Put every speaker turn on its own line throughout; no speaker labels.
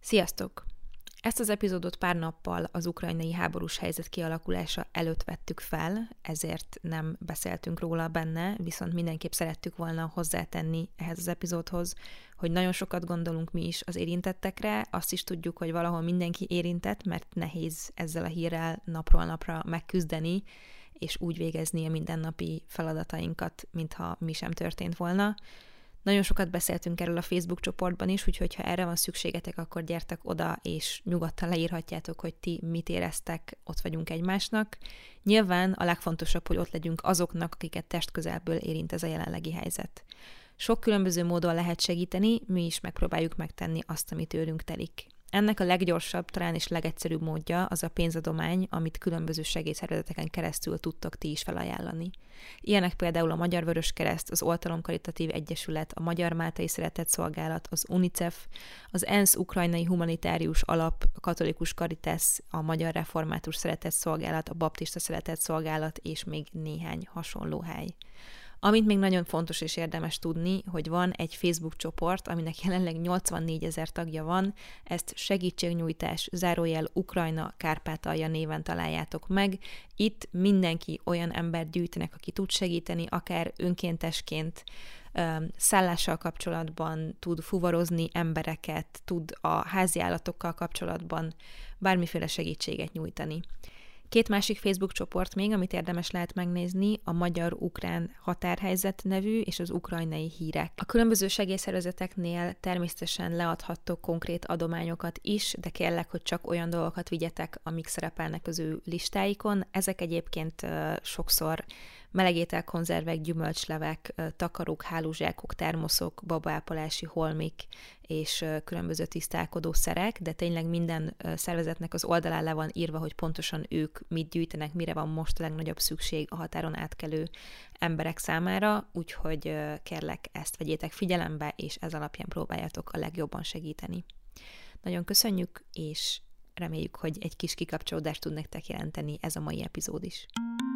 Sziasztok! Ezt az epizódot pár nappal az ukrajnai háborús helyzet kialakulása előtt vettük fel, ezért nem beszéltünk róla benne, viszont mindenképp szerettük volna hozzátenni ehhez az epizódhoz, hogy nagyon sokat gondolunk mi is az érintettekre, azt is tudjuk, hogy valahol mindenki érintett, mert nehéz ezzel a hírrel napról napra megküzdeni, és úgy végezni a mindennapi feladatainkat, mintha mi sem történt volna. Nagyon sokat beszéltünk erről a Facebook csoportban is, úgyhogy ha erre van szükségetek, akkor gyertek oda, és nyugodtan leírhatjátok, hogy ti mit éreztek, ott vagyunk egymásnak. Nyilván a legfontosabb, hogy ott legyünk azoknak, akiket testközelből érint ez a jelenlegi helyzet. Sok különböző módon lehet segíteni, mi is megpróbáljuk megtenni azt, amit tőlünk telik. Ennek a leggyorsabb, talán és legegyszerűbb módja az a pénzadomány, amit különböző segélyszervezeteken keresztül tudtok ti is felajánlani. Ilyenek például a Magyar Vöröskereszt, az Oltalom Karitatív Egyesület, a Magyar Máltai Szeretetszolgálat, az UNICEF, az ENSZ Ukrajnai Humanitárius Alap, a Katolikus Caritas, a Magyar Református Szeretetszolgálat, a Baptista Szeretetszolgálat és még néhány hasonló hely. Amint még nagyon fontos és érdemes tudni, hogy van egy Facebook csoport, aminek jelenleg 84 000 tagja van, ezt segítségnyújtás, zárójel Ukrajna Kárpátalja néven találjátok meg. Itt mindenki olyan embert gyűjtenek, aki tud segíteni, akár önkéntesként, szállással kapcsolatban, tud fuvarozni embereket, tud a háziállatokkal kapcsolatban bármiféle segítséget nyújtani. Két másik Facebook csoport még, amit érdemes lehet megnézni, a Magyar-Ukrán Határhelyzet nevű és az Ukrajnai Hírek. A különböző segélyszervezeteknél természetesen leadhattok konkrét adományokat is, de kérlek, hogy csak olyan dolgokat vigyetek, amik szerepelnek az ő listáikon. Ezek egyébként sokszor melegételkonzervek, gyümölcslevek, takarók, hálózsákok, termoszok, babaápolási holmik és különböző tisztálkodószerek, de tényleg minden szervezetnek az oldalán le van írva, hogy pontosan ők mit gyűjtenek, mire van most a legnagyobb szükség a határon átkelő emberek számára, úgyhogy kérlek, ezt vegyétek figyelembe, és ez alapján próbáljátok a legjobban segíteni. Nagyon köszönjük, és reméljük, hogy egy kis kikapcsolódást tud nektek jelenteni ez a mai epizód is.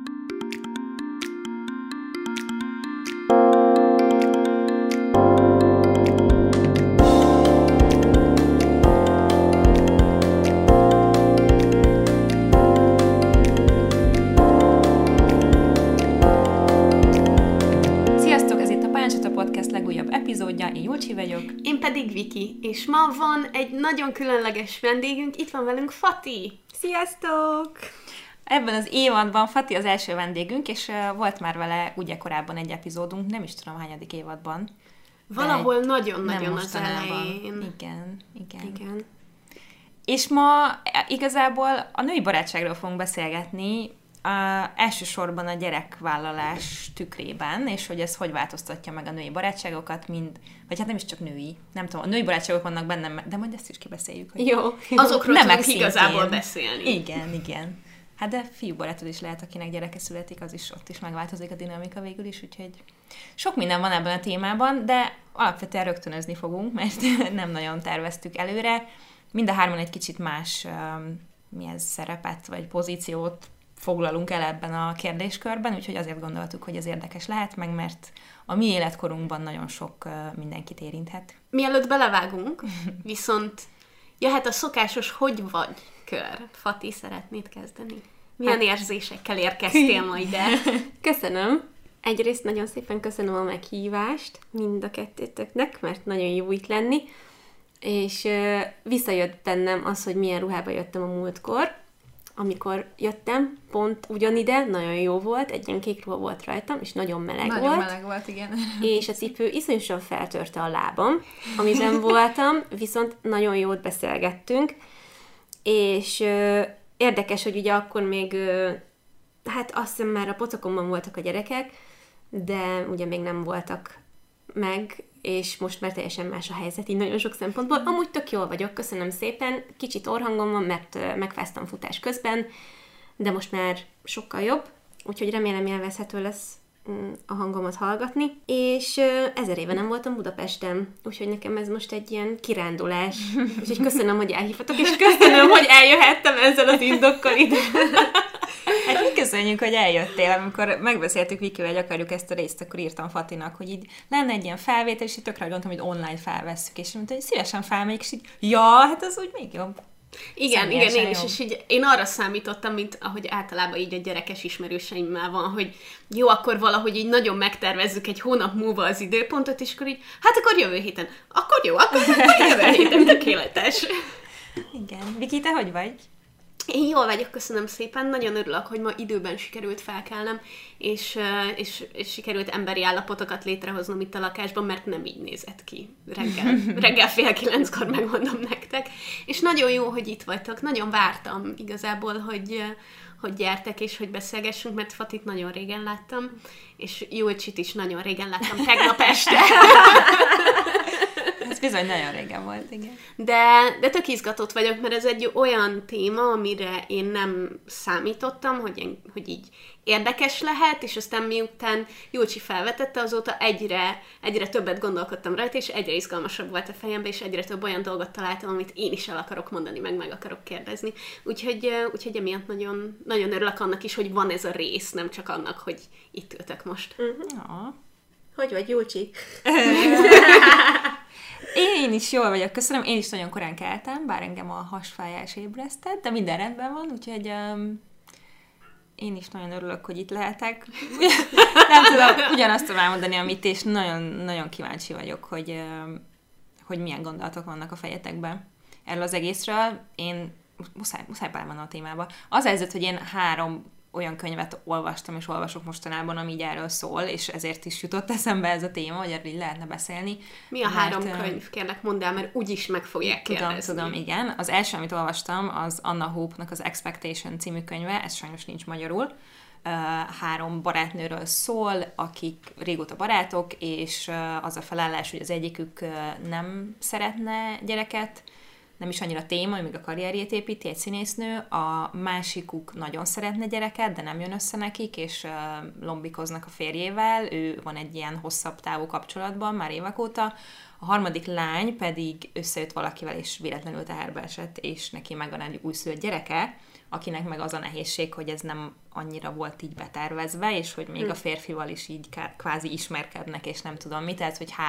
Epizódja, én Júlcsi vagyok.
Én pedig Viki, és ma van egy nagyon különleges vendégünk, itt van velünk Fati.
Sziasztok!
Ebben az évadban Fati az első vendégünk, és volt már vele ugye korábban egy epizódunk, nem is tudom hányadik évadban.
Valahol nagyon-nagyon az elején.
Igen. És ma igazából a női barátságról fogunk beszélgetni, elsősorban a gyerekvállalás tükrében, és hogy ez hogy változtatja meg a női barátságokat, vagy hát nem is csak női, nem tudom, a női barátságok vannak bennem, de majd ezt is kibeszéljük. Hogy
jó, azokról tudunk igazából beszélni.
Igen. Hát de fiúbarátod is lehet, akinek gyereke születik, ott is megváltozik a dinamika végül is, úgyhogy sok minden van ebben a témában, de alapvetően rögtönözni fogunk, mert nem nagyon terveztük előre. Mind a hárman egy kicsit más szerepet vagy pozíciót foglalunk el ebben a kérdéskörben, úgyhogy azért gondoltuk, hogy ez érdekes lehet meg, mert a mi életkorunkban nagyon sok mindenkit érinthet.
Mielőtt belevágunk, viszont jöhet a szokásos hogy vagy kör. Fati, szeretnéd kezdeni? Milyen érzésekkel érkeztél ma ide?
Köszönöm. Egyrészt nagyon szépen köszönöm a meghívást mind a kettőtöknek, mert nagyon jó itt lenni, és visszajött bennem az, hogy milyen ruhába jöttem a múltkor. Amikor jöttem, pont ugyanide, nagyon jó volt, egy ilyen kék ruha volt rajtam, és nagyon meleg volt.
Nagyon meleg volt, igen.
És a cipő iszonyosan feltörte a lábam, amiben voltam, viszont nagyon jót beszélgettünk, és érdekes, hogy ugye akkor még, hát azt hiszem már a pocakomban voltak a gyerekek, de ugye még nem voltak meg, és most már teljesen más a helyzet, így nagyon sok szempontból. Amúgy tök jól vagyok, köszönöm szépen. Kicsit orrhangom van, mert megfáztam futás közben, de most már sokkal jobb, úgyhogy remélem élvezhető lesz a hangomat hallgatni. És 1000 éve nem voltam Budapesten, úgyhogy nekem ez most egy ilyen kirándulás. Úgyhogy köszönöm, hogy elhívtatok, és köszönöm, hogy eljöhettem ezzel az indokkal ide.
Hát köszönjük, hogy eljöttél. Amikor megbeszéltük Vikivel, hogy akarjuk ezt a részt, akkor írtam Fatinak, hogy így lenne egy ilyen felvétel, és így tökre gondoltam, hogy online felvesszük, és mondta, hogy szívesen felmegyek, és így, ja, hát az úgy még jobb.
Igen, én is, és így, én arra számítottam, mint ahogy általában így a gyerekes ismerőseimmel van, hogy jó, akkor valahogy így nagyon megtervezzük egy hónap múlva az időpontot, és akkor így, hát akkor jövő héten. Akkor jó, akkor jövő héten, tökéletes.
Igen. Viki, te hogy vagy?
Én jól vagyok, köszönöm szépen. Nagyon örülök, hogy ma időben sikerült felkelnem, és sikerült emberi állapotokat létrehoznom itt a lakásban, mert nem így nézett ki reggel 8:30-kor, megmondom nektek. És nagyon jó, hogy itt vagytok. Nagyon vártam igazából, hogy gyertek és hogy beszélgessünk, mert Fatit nagyon régen láttam, és Julcsit is nagyon régen láttam, tegnap este.
Ez bizony nagyon régen volt, igen.
De tök izgatott vagyok, mert ez egy olyan téma, amire én nem számítottam, hogy így érdekes lehet, és aztán miután Julcsi felvetette, azóta egyre többet gondolkodtam rajta, és egyre izgalmasabb volt a fejembe, és egyre több olyan dolgot találtam, amit én is el akarok mondani, meg akarok kérdezni. Úgyhogy emiatt nagyon, nagyon örülök annak is, hogy van ez a rész, nem csak annak, hogy itt ültök most.
Uh-huh. Hogy vagy, Julcsi?
Én is jól vagyok, köszönöm. Én is nagyon korán keltem, bár engem a hasfájás ébresztett, de minden rendben van, úgyhogy én is nagyon örülök, hogy itt lehetek. Nem tudom ugyanazt tudom elmondani, amit, és nagyon, nagyon kíváncsi vagyok, hogy milyen gondolatok vannak a fejetekben erről az egészről. Én muszáj belemenni a témába. Az a helyzet, hogy én 3 olyan könyvet olvastam, és olvasok mostanában, ami így erről szól, és ezért is jutott eszembe ez a téma, hogy erről így lehetne beszélni.
Mi a 3 könyv? Kérlek, mondd el, mert úgyis meg fogják kérdezni.
Tudom, igen. Az első, amit olvastam, az Anna Hope-nak az Expectation című könyve, ez sajnos nincs magyarul. 3 barátnőről szól, akik régóta barátok, és az a felállás, hogy az egyikük nem szeretne gyereket, nem is annyira téma, hogy még a karrierjét építi, egy színésznő, a másikuk nagyon szeretne gyereket, de nem jön össze nekik, és lombikoznak a férjével, ő van egy ilyen hosszabb távú kapcsolatban, már évek óta, a harmadik lány pedig összejött valakivel, és véletlenül teherbe esett, és neki megvan egy újszülött gyereke, akinek meg az a nehézség, hogy ez nem annyira volt így betervezve, és hogy még a férfival is így kvázi ismerkednek, és nem tudom mit, tehát hogy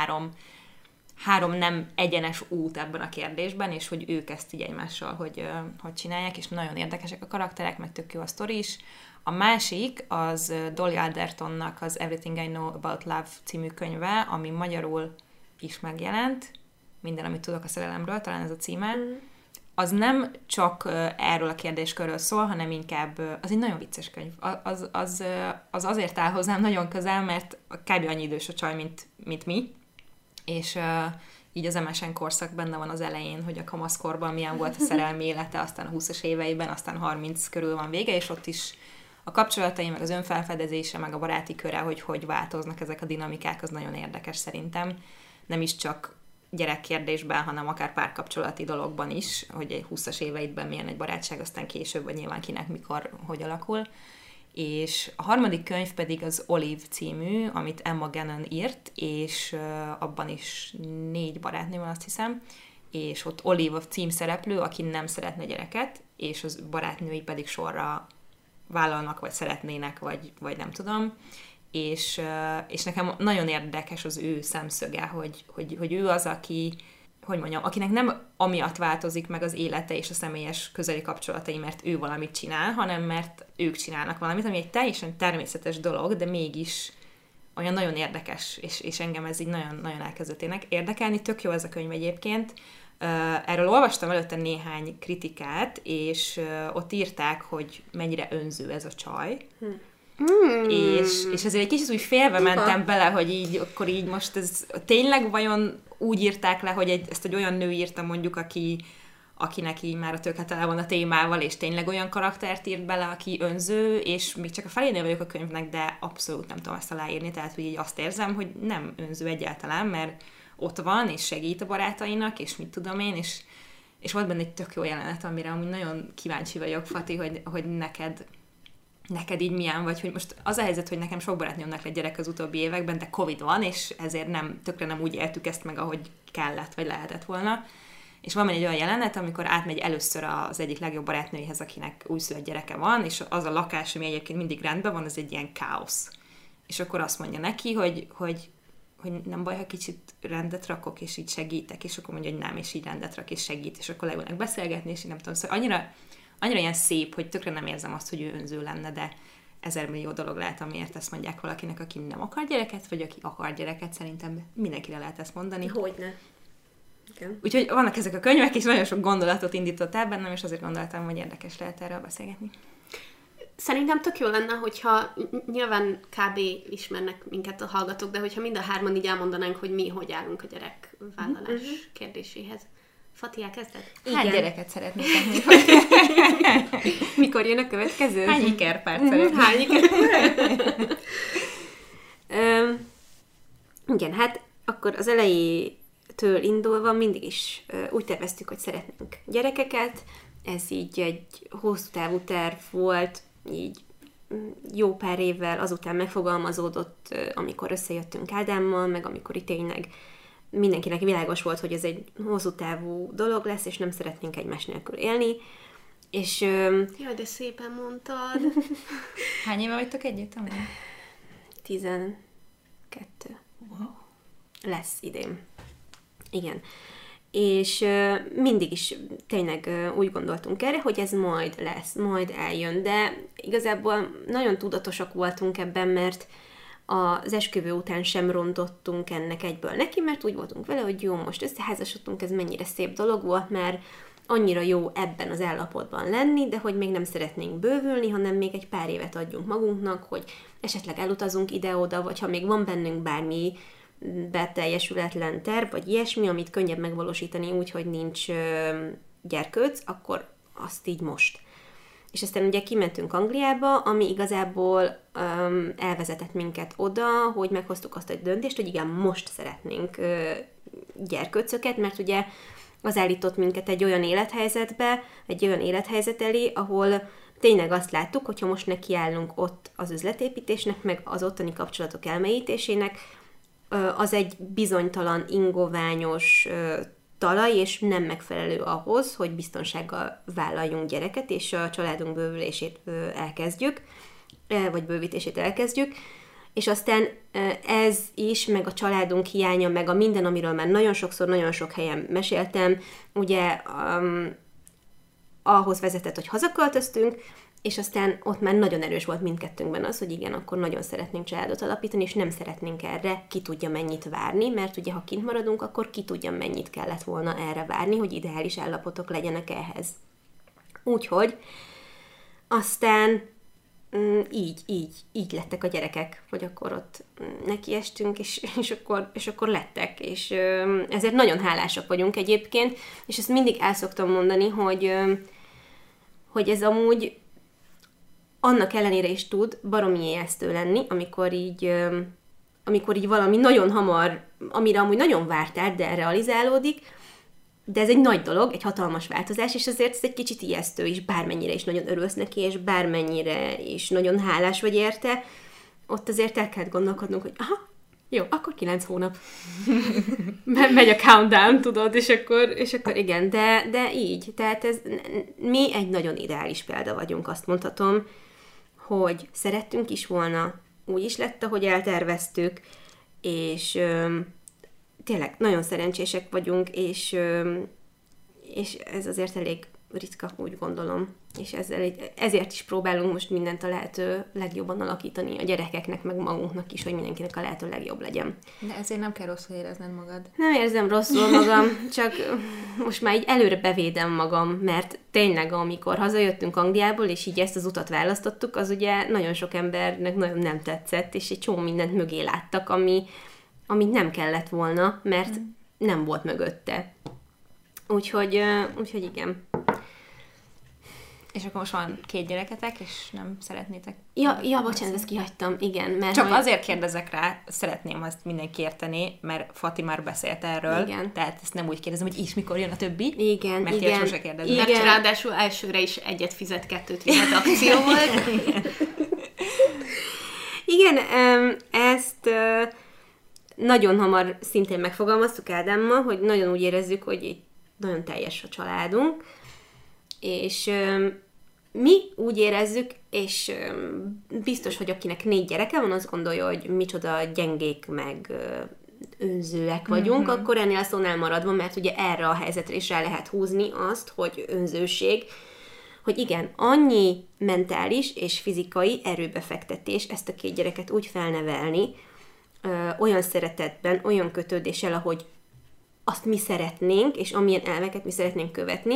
három nem egyenes út ebben a kérdésben, és hogy ők ezt így egymással hogy csinálják, és nagyon érdekesek a karakterek, meg tök jó a sztori is. A másik az Dolly Aldertonnak az Everything I Know About Love című könyve, ami magyarul is megjelent, Minden, amit tudok a szerelemről, talán ez a címe. Az nem csak erről a kérdéskörről szól, hanem inkább, az egy nagyon vicces könyv. Az azért áll hozzám nagyon közel, mert kb. Annyi idős a csaj, mint mi, és így az MSN korszak benne van az elején, hogy a kamaszkorban milyen volt a szerelmi élete, aztán a 20-as éveiben, aztán 30 körül van vége, és ott is a kapcsolatai, meg az önfelfedezése, meg a baráti köre, hogy változnak ezek a dinamikák, az nagyon érdekes szerintem. Nem is csak gyerekkérdésben, hanem akár párkapcsolati dologban is, hogy egy 20-as éveidben milyen egy barátság, aztán később, vagy nyilván kinek, mikor, hogy alakul. És a harmadik könyv pedig az Olive című, amit Emma Gannon írt, és abban is 4 barátnő van, azt hiszem, és ott Olive a címszereplő, aki nem szeretne gyereket, és az barátnői pedig sorra vállalnak, vagy szeretnének, vagy nem tudom. És nekem nagyon érdekes az ő szemszöge, hogy ő az, aki, hogy mondjam, akinek nem amiatt változik meg az élete és a személyes közeli kapcsolatai, mert ő valamit csinál, hanem mert ők csinálnak valamit, ami egy teljesen természetes dolog, de mégis olyan nagyon érdekes, és engem ez így nagyon, nagyon elkezdett érdekelni. Tök jó ez a könyv egyébként. Erről olvastam előtte néhány kritikát, és ott írták, hogy mennyire önző ez a csaj. És ezért egy kicsit úgy félve mentem bele, hogy így, akkor így most ez tényleg vajon úgy írták le, hogy ezt egy olyan nő írta mondjuk, akinek így már a tök tele van a témával, és tényleg olyan karaktert írt bele, aki önző, és még csak a felénél vagyok a könyvnek, de abszolút nem tudom ezt aláírni, tehát hogy így azt érzem, hogy nem önző egyáltalán, mert ott van, és segít a barátainak, és mit tudom én, és volt benne egy tök jó jelenet, amire amúgy nagyon kíváncsi vagyok, Fati, hogy neked így milyen vagy, hogy most az a helyzet, hogy nekem sok barátnőmnek lett gyerek az utóbbi években, de Covid van, és ezért tökre nem úgy éltük ezt meg, ahogy kellett, vagy lehetett volna. és van egy olyan jelenet, amikor átmegy először az egyik legjobb barátnőjéhez, akinek újszülött gyereke van, és az a lakás, ami egyébként mindig rendben van, az egy ilyen káosz. És akkor azt mondja neki, hogy nem baj, ha kicsit rendet rakok, és így segítek, és akkor mondja, hogy nem, és így rendet rak, és segít, és akkor leülnek beszélgetni, és én nem tudom, szóval annyira ilyen szép, hogy tökre nem érzem azt, hogy ő önző lenne, de 1000 millió dolog lehet, amiért ezt mondják valakinek, aki nem akar gyereket, vagy aki akar gyereket, szerintem mindenkire lehet ezt mondani.
Hogyne. Igen.
Úgyhogy vannak ezek a könyvek, és nagyon sok gondolatot indított el bennem, és azért gondoltam, hogy érdekes lehet erről beszélgetni.
Szerintem tök jó lenne, hogyha nyilván kb. Ismernek minket a hallgatók, de hogyha mind a hárman így elmondanánk, hogy mi hogy állunk a gyerekvállalás kérdéséhez. Fati, elkezded?
Hány gyereket szeretnék tenni?
Mikor jön a következő?
Hány ikerpárt szeretnék?
Hány ikerpárt?
Igen, hát akkor az elejétől indulva mindig is úgy terveztük, hogy szeretnénk gyerekeket. Ez így egy hosszú távú terv volt, így jó pár évvel azután megfogalmazódott, amikor összejöttünk Ádámmal, meg amikor itt tényleg mindenkinek világos volt, hogy ez egy hosszú távú dolog lesz, és nem szeretnénk egymás nélkül élni. És...
Jaj, de szépen mondtad.
Hány éve vagytok együtt?
12. Wow. Lesz idén. Igen. És mindig is tényleg úgy gondoltunk erre, hogy ez majd lesz, majd eljön, de igazából nagyon tudatosak voltunk ebben, mert az esküvő után sem rontottunk ennek egyből neki, mert úgy voltunk vele, hogy jó, most összeházasodtunk, ez mennyire szép dolog volt, mert annyira jó ebben az állapotban lenni, de hogy még nem szeretnénk bővülni, hanem még egy pár évet adjunk magunknak, hogy esetleg elutazunk ide-oda, vagy ha még van bennünk bármi beteljesületlen terv, vagy ilyesmi, amit könnyebb megvalósítani úgy, hogy nincs gyerkőc, akkor azt így most. És aztán ugye kimentünk Angliába, ami igazából elvezetett minket oda, hogy meghoztuk azt a döntést, hogy igen, most szeretnénk gyerkőcöket, mert ugye az állított minket egy olyan élethelyzetbe, egy olyan élethelyzet elé, ahol tényleg azt láttuk, hogyha most nekiállunk ott az üzletépítésnek, meg az ottani kapcsolatok elmélyítésének, az egy bizonytalan, ingoványos talaj, és nem megfelelő ahhoz, hogy biztonsággal vállaljunk gyereket, és a családunk bővülését elkezdjük, vagy bővítését elkezdjük, és aztán ez is, meg a családunk hiánya, meg a minden, amiről már nagyon sokszor, nagyon sok helyen meséltem, ugye ahhoz vezetett, hogy hazaköltöztünk, és aztán ott már nagyon erős volt mindkettőnkben az, hogy igen, akkor nagyon szeretnénk családot alapítani, és nem szeretnénk erre ki tudja mennyit várni, mert ugye ha kint maradunk, akkor ki tudja mennyit kellett volna erre várni, hogy ideális állapotok legyenek ehhez. Úgyhogy aztán így lettek a gyerekek, hogy akkor ott nekiestünk, és akkor lettek, és ezért nagyon hálásak vagyunk egyébként, és ezt mindig el szoktam mondani, hogy ez amúgy annak ellenére is tud baromi ijesztő lenni, amikor így valami nagyon hamar, amire amúgy nagyon vártál, de realizálódik, de ez egy nagy dolog, egy hatalmas változás, és azért ez egy kicsit ijesztő is, bármennyire is nagyon örülsz neki, és bármennyire is nagyon hálás vagy érte, ott azért el kellett gondolkodnunk, hogy aha, jó, akkor 9 hónap. Megy a countdown, tudod, és akkor igen, de így. Tehát mi egy nagyon ideális példa vagyunk, azt mondhatom, hogy szerettünk is volna, úgy is lett, ahogy elterveztük, és tényleg nagyon szerencsések vagyunk, és ez azért elég ritka, úgy gondolom. És ezért is próbálunk most mindent a lehető legjobban alakítani a gyerekeknek, meg magunknak is, hogy mindenkinek a lehető legjobb legyen.
De ezért nem kell rosszul érezned magad.
Nem érzem rosszul magam, csak most már így előre bevédem magam, mert tényleg, amikor hazajöttünk Angliából, és így ezt az utat választottuk, az ugye nagyon sok embernek nagyon nem tetszett, és egy csomó mindent mögé láttak, amit nem kellett volna, mert nem volt mögötte. Úgyhogy igen.
És akkor most van 2 gyereketek, és nem szeretnétek?
Ja, bocsánat, ezt kihagytam, igen. Mert
csak azért kérdezek rá, szeretném azt mindenki érteni, mert Fati már beszélt erről,
igen. Tehát
ezt nem úgy kérdezem, hogy is mikor jön a többi,
igen,
mert
igen.
sose kérdezem.
Mert ráadásul elsőre is 1 fizet, 2 fizet akció volt.
Igen, ezt nagyon hamar szintén megfogalmaztuk Ádámmal, hogy nagyon úgy érezzük, hogy nagyon teljes a családunk, és mi úgy érezzük, és biztos, hogy akinek 4 gyereke van, azt gondolja, hogy micsoda gyengék, meg önzőek vagyunk, akkor ennél a szónál maradva, mert ugye erre a helyzetre is rá lehet húzni azt, hogy önzőség, hogy igen, annyi mentális és fizikai erőbefektetés ezt a 2 gyereket úgy felnevelni, olyan szeretetben, olyan kötődéssel, ahogy azt mi szeretnénk, és amilyen elveket mi szeretnénk követni,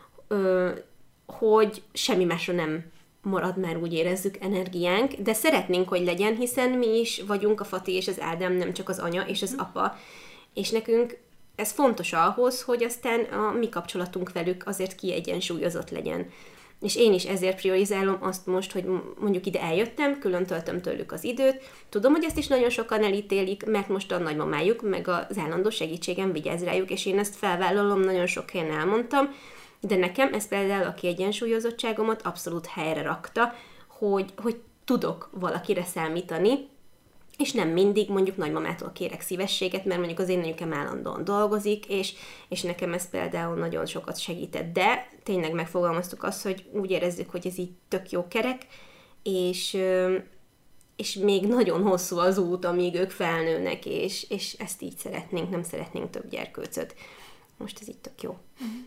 hogy semmi másra nem marad már, úgy érezzük, energiánk, de szeretnénk, hogy legyen, hiszen mi is vagyunk a Fati és az Ádám, nem csak az anya és az apa. És nekünk ez fontos ahhoz, hogy aztán a mi kapcsolatunk velük azért kiegyensúlyozott legyen. És én is ezért priorizálom azt most, hogy mondjuk ide eljöttem, külön töltöm tőlük az időt. Tudom, hogy ezt is nagyon sokan elítélik, mert most a nagymamájuk, meg az állandó segítségem vigyáz rájuk, és én ezt felvállalom, nagyon sok helyen elmondtam, de nekem ez például a kiegyensúlyozottságomat abszolút helyre rakta, hogy tudok valakire számítani, és nem mindig mondjuk nagymamától kérek szívességet, mert mondjuk az én anyukám állandóan dolgozik, és nekem ez például nagyon sokat segített. De tényleg megfogalmaztuk azt, hogy úgy érezzük, hogy ez így tök jó kerek, és még nagyon hosszú az út, amíg ők felnőnek, és ezt így szeretnénk, nem szeretnénk több gyerkőcöt. Most ez így tök jó.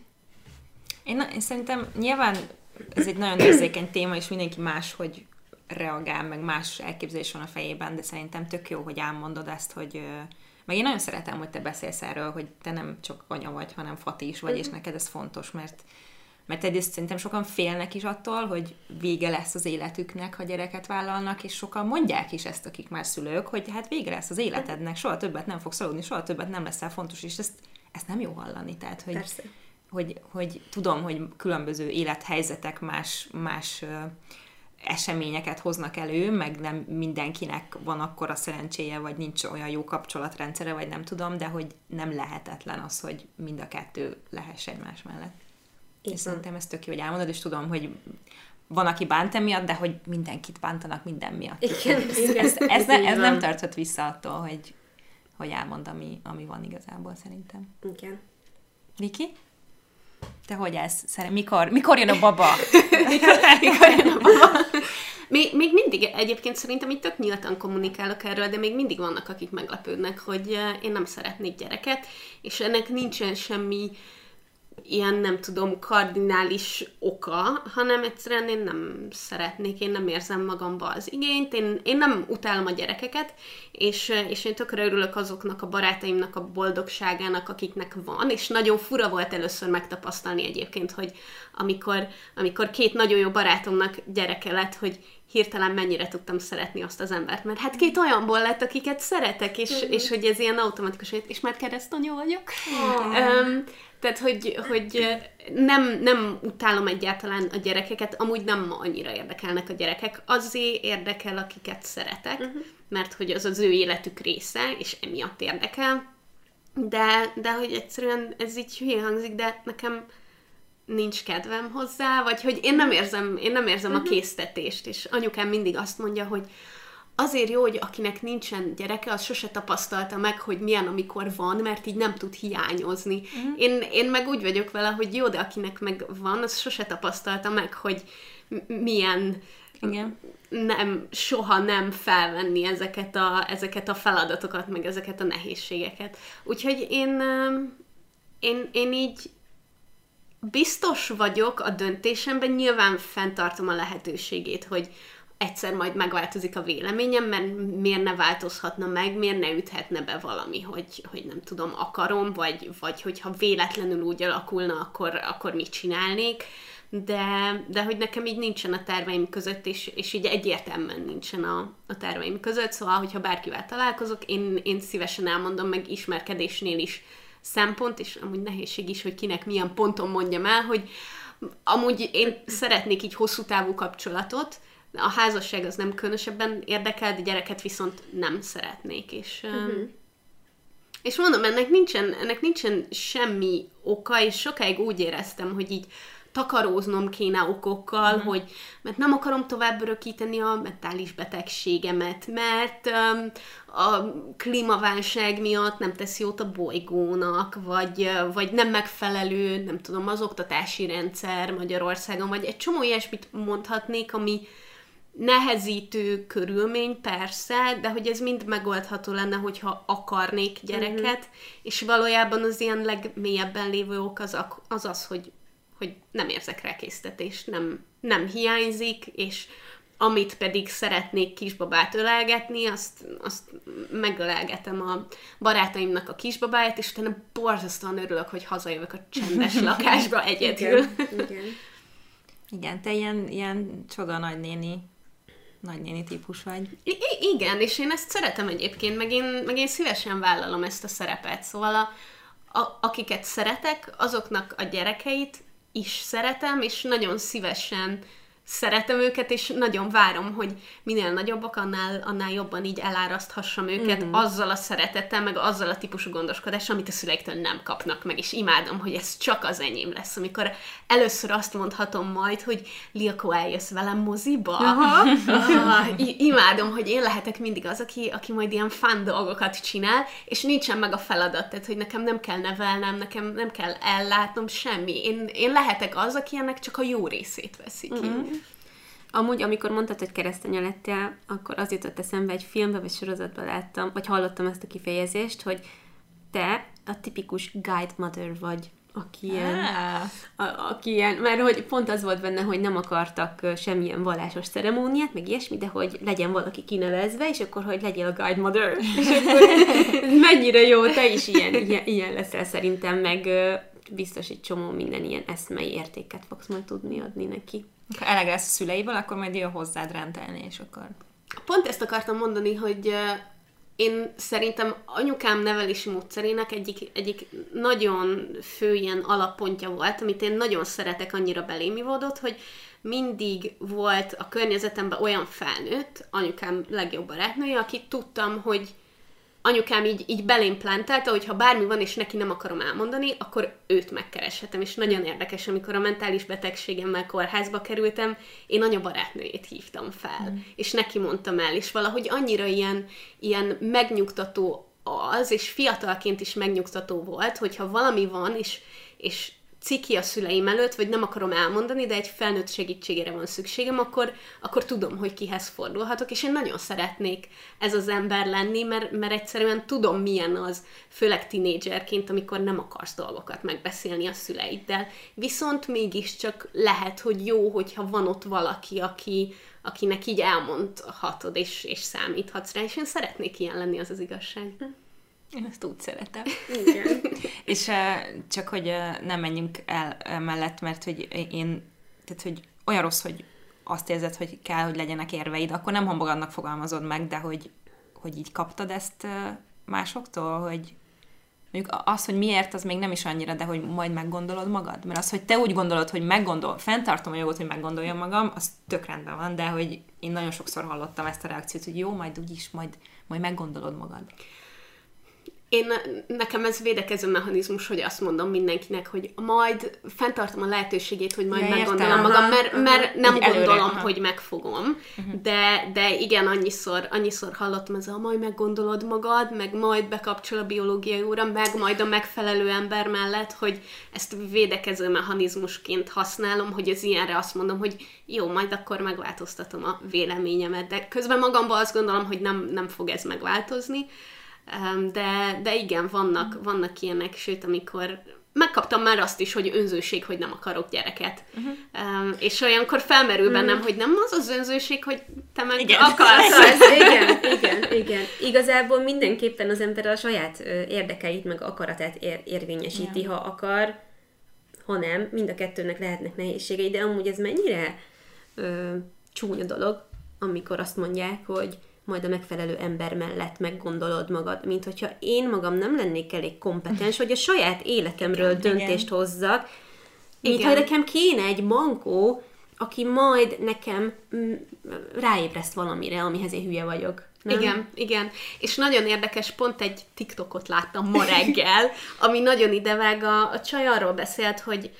Én szerintem nyilván ez egy nagyon érzékeny téma, és mindenki máshogy reagál, meg más elképzelés van a fejében, de szerintem tök jó, hogy elmondod ezt, hogy... Meg én nagyon szeretem, hogy te beszélsz erről, hogy te nem csak anya vagy, hanem Fati is vagy, és neked ez fontos, mert egyrészt szerintem sokan félnek is attól, hogy vége lesz az életüknek, ha gyereket vállalnak, és sokan mondják is ezt, akik már szülők, hogy hát vége lesz az életednek, soha többet nem fogsz aludni, soha többet nem leszel fontos, és ezt nem jó hallani, tehát hogy tudom, hogy különböző élethelyzetek más eseményeket hoznak elő, meg nem mindenkinek van akkora szerencséje, vagy nincs olyan jó kapcsolatrendszere, vagy nem tudom, de hogy nem lehetetlen az, hogy mind a 2 lehess egymás mellett. És szerintem ez tök jó, hogy elmondod, és tudom, hogy van, aki bánt emiatt, de hogy mindenkit bántanak minden miatt. Ez nem tarthat vissza attól, hogy elmond, ami van igazából, szerintem.
Igen.
Viki? Te hogy állsz? Mikor jön a baba?
Mikor jön a baba? Még mindig egyébként szerintem itt tök nyíltan kommunikálok erről, de még mindig vannak, akik meglepődnek, hogy én nem szeretnék gyereket, és ennek nincsen semmi ilyen, nem tudom, kardinális oka, hanem egyszerűen én nem szeretnék, én nem érzem magamba az igényt, én nem utálom a gyerekeket, és én tökre örülök azoknak a barátaimnak a boldogságának, akiknek van, és nagyon fura volt először megtapasztalni egyébként, hogy amikor 2 nagyon jó barátomnak gyereke lett, hogy hirtelen mennyire tudtam szeretni azt az embert, mert hát 2 olyanból lett, akiket szeretek, és hogy ez ilyen automatikus, és már keresztanyú vagyok. Tehát, hogy nem utálom egyáltalán a gyerekeket, amúgy nem annyira érdekelnek a gyerekek, azért érdekel, akiket szeretek, mert hogy az az ő életük része, és emiatt érdekel, de hogy egyszerűen ez így hülye hangzik, de nekem nincs kedvem hozzá, vagy hogy én nem érzem a késztetést, és anyukám mindig azt mondja, hogy azért jó, hogy akinek nincsen gyereke, az sose tapasztalta meg, hogy milyen, amikor van, mert így nem tud hiányozni. Én meg úgy vagyok vele, hogy jó, de akinek meg van, az sose tapasztalta meg, hogy milyen soha nem felvenni ezeket a feladatokat, meg ezeket a nehézségeket. Úgyhogy én így biztos vagyok a döntésemben, nyilván fenntartom a lehetőségét, hogy egyszer majd megváltozik a véleményem, mert miért ne változhatna meg, miért ne üthetne be valami, hogy nem tudom, akarom, vagy hogyha véletlenül úgy alakulna, akkor mit csinálnék, de hogy nekem így nincsen a terveim között, és így egyértelműen nincsen a terveim között, szóval, hogyha bárkivel találkozok, én szívesen elmondom, meg ismerkedésnél is szempont, és amúgy nehézség is, hogy kinek milyen ponton mondjam el, hogy amúgy én szeretnék így hosszú távú kapcsolatot, a házasság az nem különösebben érdekel, de gyereket viszont nem szeretnék, és mondom, ennek nincsen semmi oka, és sokáig úgy éreztem, hogy így takaróznom kéne okokkal, hogy mert nem akarom tovább örökíteni a mentális betegségemet, mert a klímaválság miatt nem tesz jót a bolygónak, vagy nem megfelelő, nem tudom, az oktatási rendszer Magyarországon, vagy egy csomó ilyesmit mondhatnék, ami nehezítő körülmény, persze, de hogy ez mind megoldható lenne, hogyha akarnék gyereket, és valójában az ilyen legmélyebben lévő ok az, hogy nem érzek rá késztetést, nem hiányzik, és amit pedig szeretnék kisbabát ölelgetni, azt megölelgetem a barátaimnak a kisbabáját, és utána borzasztóan örülök, hogy hazajövök a csendes lakásba egyedül.
Igen, te ilyen csoda nagynéni típus vagy.
Igen, és én ezt szeretem egyébként, meg én szívesen vállalom ezt a szerepet. Szóval akiket szeretek, azoknak a gyerekeit is szeretem, és nagyon szívesen szeretem őket, és nagyon várom, hogy minél nagyobbak, annál jobban így eláraszthassam őket azzal a szeretettel, meg azzal a típusú gondoskodással, amit a szüleiktől nem kapnak meg, és imádom, hogy ez csak az enyém lesz, amikor először azt mondhatom majd, hogy Liakó, eljössz velem moziba? Imádom, hogy én lehetek mindig az, aki majd ilyen fun dolgokat csinál, és nincsen meg a feladat, tehát hogy nekem nem kell nevelnem, nekem nem kell ellátnom semmi. Én lehetek az, aki ennek csak a jó részét veszi ki.
Amúgy, amikor mondtad, hogy keresztanya lettél, akkor az jutott eszembe, egy filmben vagy sorozatban láttam, vagy hallottam ezt a kifejezést, hogy te a tipikus guide mother vagy, aki ilyen, mert hogy pont az volt benne, hogy nem akartak semmilyen vallásos ceremóniát, meg ilyesmi, de hogy legyen valaki kinevezve, és akkor, hogy legyél a guide mother. És akkor mennyire jó, te is ilyen leszel szerintem, meg biztos egy csomó minden ilyen eszmei értéket fogsz majd tudni adni neki.
Ha elege lesz a szüleiből, akkor majd jön hozzád rendelni, és akkor...
Pont ezt akartam mondani, hogy én szerintem anyukám nevelési módszerének egyik nagyon fő ilyen alappontja volt, amit én nagyon szeretek, annyira belém ivódott, hogy mindig volt a környezetemben olyan felnőtt, anyukám legjobb barátnője, akit tudtam, hogy anyukám így belém plántálta, hogy ha bármi van, és neki nem akarom elmondani, akkor őt megkereshetem. És nagyon érdekes, amikor a mentális betegségemmel kórházba kerültem, én anya barátnőjét hívtam fel. És neki mondtam el, és valahogy annyira ilyen megnyugtató az, és fiatalként is megnyugtató volt, hogyha valami van, és ciki a szüleim előtt, vagy nem akarom elmondani, de egy felnőtt segítségére van szükségem, akkor tudom, hogy kihez fordulhatok, és én nagyon szeretnék ez az ember lenni, mert egyszerűen tudom, milyen az, főleg tinédzserként, amikor nem akarsz dolgokat megbeszélni a szüleiddel. Viszont mégiscsak lehet, hogy jó, hogyha van ott valaki, akinek így elmondhatod, és számíthatsz rá, és én szeretnék ilyen lenni, az az igazság.
Én ezt úgy szeretem.
Igen.
És csak, hogy nem menjünk el mellett, mert hogy tehát, hogy olyan rossz, hogy azt érzed, hogy kell, hogy legyenek érveid, akkor nem magadnak fogalmazod meg, de hogy így kaptad ezt másoktól, hogy mondjuk az, hogy miért, az még nem is annyira, de hogy majd meggondolod magad. Mert az, hogy te úgy gondolod, hogy fenntartom a jogot, hogy meggondoljam magam, az tök rendben van, de hogy én nagyon sokszor hallottam ezt a reakciót, hogy jó, majd úgyis, majd meggondolod magad.
Nekem ez védekező mechanizmus, hogy azt mondom mindenkinek, hogy majd fenntartom a lehetőségét, hogy majd meggondolom magam, mert nem gondolom, hogy megfogom. De igen, annyiszor hallottam ez a majd meggondolod magad, meg majd bekapcsol a biológiai óra, meg majd a megfelelő ember mellett, hogy ezt védekező mechanizmusként használom, hogy az ilyenre azt mondom, hogy jó, majd akkor megváltoztatom a véleményemet, de közben magamban azt gondolom, hogy nem fog ez megváltozni. De igen, vannak ilyenek, sőt, amikor megkaptam már azt is, hogy önzőség, hogy nem akarok gyereket. És olyankor felmerül bennem, hogy nem az önzőség, hogy te meg akarsz.
Igen. Igazából mindenképpen az ember a saját érdekeit, meg akaratát érvényesíti, ha akar, ha nem. Mind a kettőnek lehetnek nehézségei, de amúgy ez mennyire csúnya dolog, amikor azt mondják, hogy majd a megfelelő ember mellett meggondolod magad, mint hogyha én magam nem lennék elég kompetens, hogy a saját életemről döntést hozzak, mint hogy nekem kéne egy mankó, aki majd nekem ráébreszt valamire, amihez én hülye vagyok. Nem?
Igen. És nagyon érdekes, pont egy TikTokot láttam ma reggel, ami nagyon idevág, a csaj arról beszélt,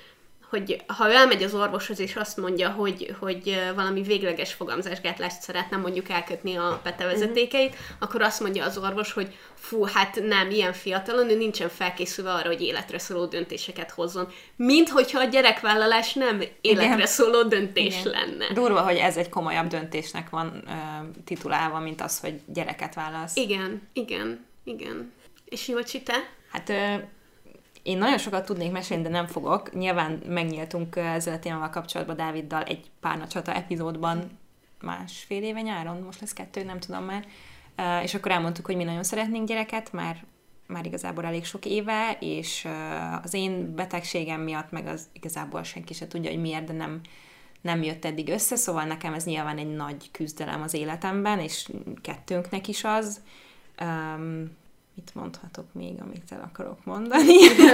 hogy ha ő elmegy az orvoshoz, és azt mondja, hogy valami végleges fogamzásgátlást szeretne mondjuk elkötni a petevezetékeit, akkor azt mondja az orvos, hogy fú, hát nem, ilyen fiatalon, ő nincsen felkészülve arra, hogy életre szóló döntéseket hozzon. Mint hogyha a gyerekvállalás nem életre szóló döntés lenne.
Durva, hogy ez egy komolyabb döntésnek van titulálva, mint az, hogy gyereket vállalsz.
Igen. És Jolcsi, te?
Hát én nagyon sokat tudnék mesélni, de nem fogok. Nyilván megnyíltunk ezzel a témával kapcsolatban Dáviddal egy Párna csata epizódban másfél éve nyáron, most lesz 2, nem tudom már. És akkor elmondtuk, hogy mi nagyon szeretnénk gyereket, már igazából elég sok éve, és az én betegségem miatt, meg az igazából senki se tudja, hogy miért, de nem jött eddig össze, szóval nekem ez nyilván egy nagy küzdelem az életemben, és kettőnknek is az. Mit mondhatok még, amit el akarok mondani?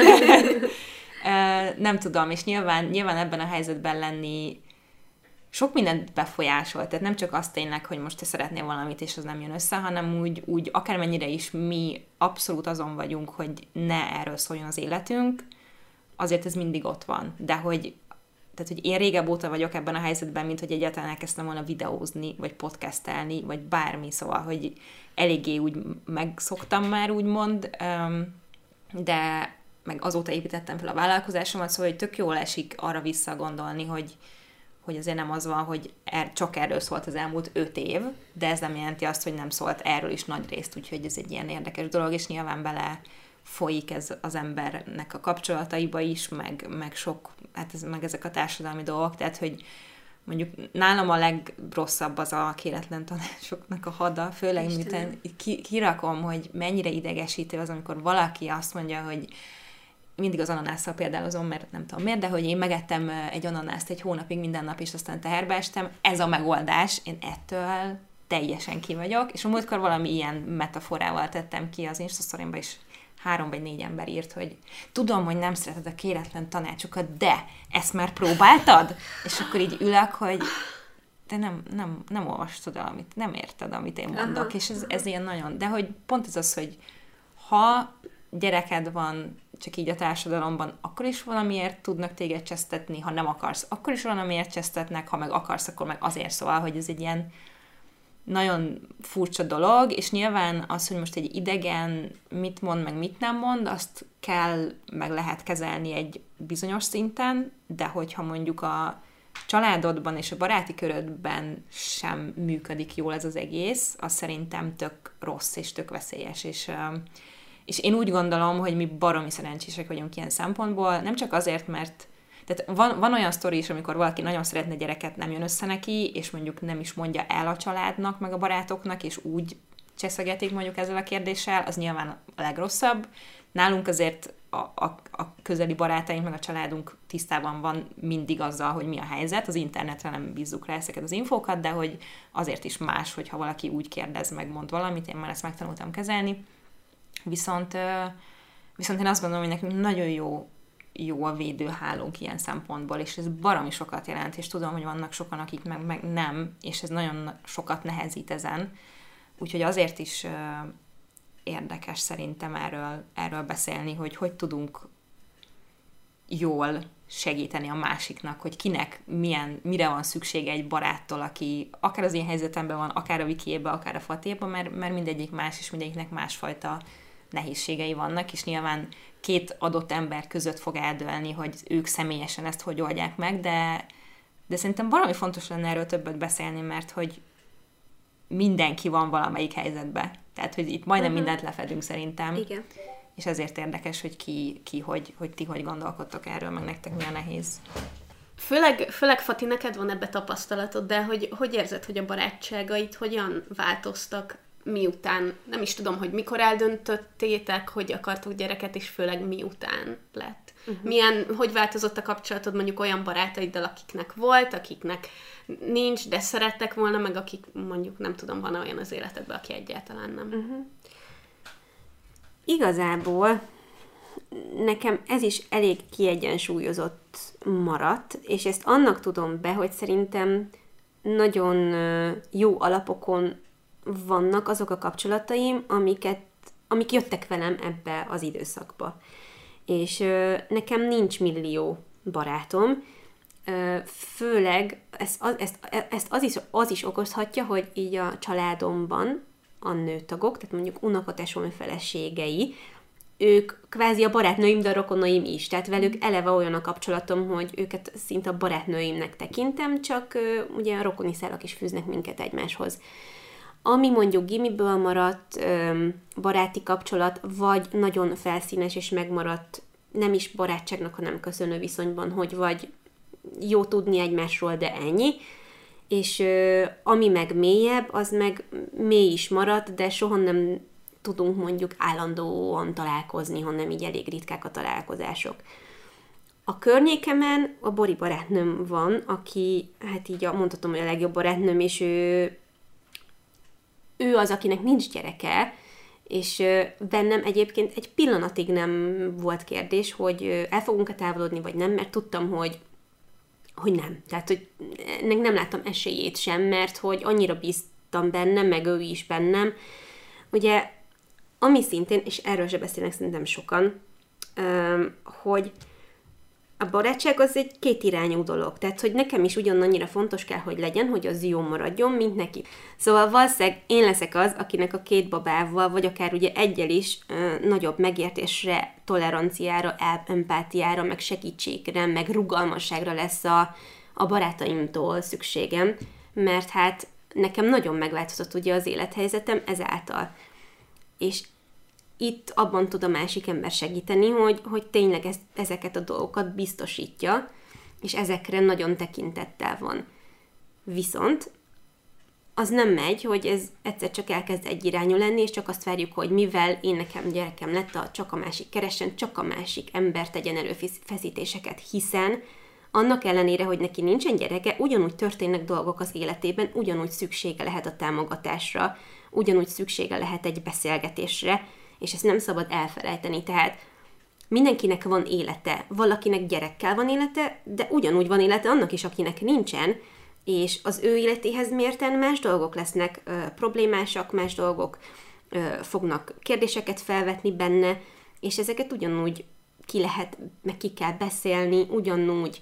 Nem tudom, és nyilván ebben a helyzetben lenni sok mindent befolyásol, tehát nem csak azt tényleg, hogy most te szeretnél valamit, és az nem jön össze, hanem úgy akármennyire is mi abszolút azon vagyunk, hogy ne erről szóljon az életünk, azért ez mindig ott van. De hogy én régebb óta vagyok ebben a helyzetben, mint hogy egyáltalán elkezdtem volna videózni, vagy podcastelni, vagy bármi, szóval, hogy eléggé úgy megszoktam már, úgymond, de meg azóta építettem fel a vállalkozásomat, szóval, hogy tök jól esik arra visszagondolni, hogy azért nem az van, hogy csak erről szólt az elmúlt 5 év, de ez nem jelenti azt, hogy nem szólt erről is nagy részt, úgyhogy ez egy ilyen érdekes dolog, és nyilván bele folyik ez az embernek a kapcsolataiba is, meg sok, meg ezek a társadalmi dolgok, tehát, hogy mondjuk nálam a legrosszabb az a kéretlen tanácsoknak a hada, főleg miután kirakom, hogy mennyire idegesítő az, amikor valaki azt mondja, hogy mindig az ananásszal példálozom, mert nem tudom miért, de hogy én megettem egy ananászt egy hónapig minden nap, és aztán teherbe estem, ez a megoldás, én ettől teljesen ki vagyok, és a múltkor valami ilyen metaforával tettem ki az Instastorimba, és 3 vagy 4 ember írt, hogy tudom, hogy nem szereted a kéretlen tanácsokat, de ezt már próbáltad? És akkor így ülök, hogy te nem olvastad el, nem érted, amit én mondok, és ez ilyen nagyon, de hogy pont ez az, hogy ha gyereked van csak így a társadalomban, akkor is valamiért tudnak téged csesztetni, ha nem akarsz, akkor is valamiért csesztetnek, ha meg akarsz, akkor meg azért, szóval, hogy ez egy ilyen nagyon furcsa dolog, és nyilván az, hogy most egy idegen mit mond, meg mit nem mond, azt kell, meg lehet kezelni egy bizonyos szinten, de hogyha mondjuk a családodban és a baráti körödben sem működik jól ez az egész, az szerintem tök rossz és tök veszélyes, és én úgy gondolom, hogy mi baromi szerencsések vagyunk ilyen szempontból, nem csak azért, mert tehát van olyan sztori is, amikor valaki nagyon szeretne gyereket, nem jön össze neki, és mondjuk nem is mondja el a családnak, meg a barátoknak, és úgy cseszegetik mondjuk ezzel a kérdéssel, az nyilván a legrosszabb. Nálunk azért a közeli barátaink, meg a családunk tisztában van mindig azzal, hogy mi a helyzet. Az internetre nem bízzuk rá ezeket az infókat, de hogy azért is más, hogyha valaki úgy kérdez, meg mond valamit, én már ezt megtanultam kezelni. Viszont én azt gondolom, hogy nekünk nagyon jó a védőhálónk ilyen szempontból, és ez baromi sokat jelent, és tudom, hogy vannak sokan, akik meg nem, és ez nagyon sokat nehezít ezen. Úgyhogy azért is érdekes szerintem erről beszélni, hogy tudunk jól segíteni a másiknak, hogy kinek mire van szüksége egy baráttól, aki akár az én helyzetemben van, akár a Vikiébe, akár a Fatéba, mert mindegyik más, és mindegyiknek másfajta nehézségei vannak, és nyilván 2 adott ember között fog eldőlni, hogy ők személyesen ezt hogy oldják meg, de szerintem valami fontos lenne erről többet beszélni, mert hogy mindenki van valamelyik helyzetben. Tehát, hogy itt majdnem mindent lefedünk szerintem.
Igen.
És ezért érdekes, hogy hogy ti hogy gondolkodtok erről, meg nektek mi a nehéz.
Főleg Fati, neked van ebbe tapasztalatod, de hogy érzed, hogy a barátságait hogyan változtak, miután, nem is tudom, hogy mikor eldöntöttétek, hogy akartok gyereket, és főleg miután lett. Hogy változott a kapcsolatod mondjuk olyan barátaiddal, akiknek volt, akiknek nincs, de szerettek volna, meg akik mondjuk, nem tudom, van olyan az életedben, aki egyáltalán nem.
Igazából nekem ez is elég kiegyensúlyozott maradt, és ezt annak tudom be, hogy szerintem nagyon jó alapokon vannak azok a kapcsolataim, amik jöttek velem ebbe az időszakba. És nekem nincs millió barátom. Főleg ezt az is okozhatja, hogy így a családomban a nőtagok, tehát mondjuk unokatesom feleségei, ők kvázi a barátnőim, de a rokonaim is. Tehát velük eleve olyan a kapcsolatom, hogy őket szinte a barátnőimnek tekintem, csak ugye a rokoni szálak is fűznek minket egymáshoz. Ami mondjuk gimiből maradt baráti kapcsolat, vagy nagyon felszínes és megmaradt, nem is barátságnak, hanem köszönő viszonyban, hogy vagy jó tudni egymásról, de ennyi. És ami meg mélyebb, az meg mély is maradt, de soha nem tudunk mondjuk állandóan találkozni, hanem így elég ritkák a találkozások. A környékemen a Bori barátnőm van, aki, hát így mondhatom, hogy a legjobb barátnőm, és ő az, akinek nincs gyereke, és bennem egyébként egy pillanatig nem volt kérdés, hogy el fogunk-e távolodni, vagy nem, mert tudtam, hogy nem. Tehát, hogy ennek nem láttam esélyét sem, mert hogy annyira bíztam bennem, meg ő is bennem. Ugye, ami szintén, és erről se beszélnek szerintem sokan, hogy a barátság az egy kétirányú dolog. Tehát, hogy nekem is ugyanannyira fontos kell, hogy legyen, hogy az jó maradjon, mint neki. Szóval valószínűleg én leszek az, akinek a 2 babával, vagy akár ugye egyel is nagyobb megértésre, toleranciára, empátiára, meg segítségre, meg rugalmasságra lesz a barátaimtól szükségem, mert hát nekem nagyon megváltozott ugye az élethelyzetem ezáltal. És itt abban tud a másik ember segíteni, hogy tényleg ezeket a dolgokat biztosítja, és ezekre nagyon tekintettel van. Viszont az nem megy, hogy ez egyszer csak elkezd egyirányú lenni, és csak azt várjuk, hogy mivel nekem gyerekem lett, csak a másik keressen, csak a másik ember tegyen erőfeszítéseket, hiszen annak ellenére, hogy neki nincsen gyereke, ugyanúgy történnek dolgok az életében, ugyanúgy szüksége lehet a támogatásra, ugyanúgy szüksége lehet egy beszélgetésre, és ezt nem szabad elfelejteni. Tehát mindenkinek van élete, valakinek gyerekkel van élete, de ugyanúgy van élete annak is, akinek nincsen, és az ő életéhez mérten más dolgok lesznek problémásak, más dolgok fognak kérdéseket felvetni benne, és ezeket ugyanúgy ki kell beszélni, ugyanúgy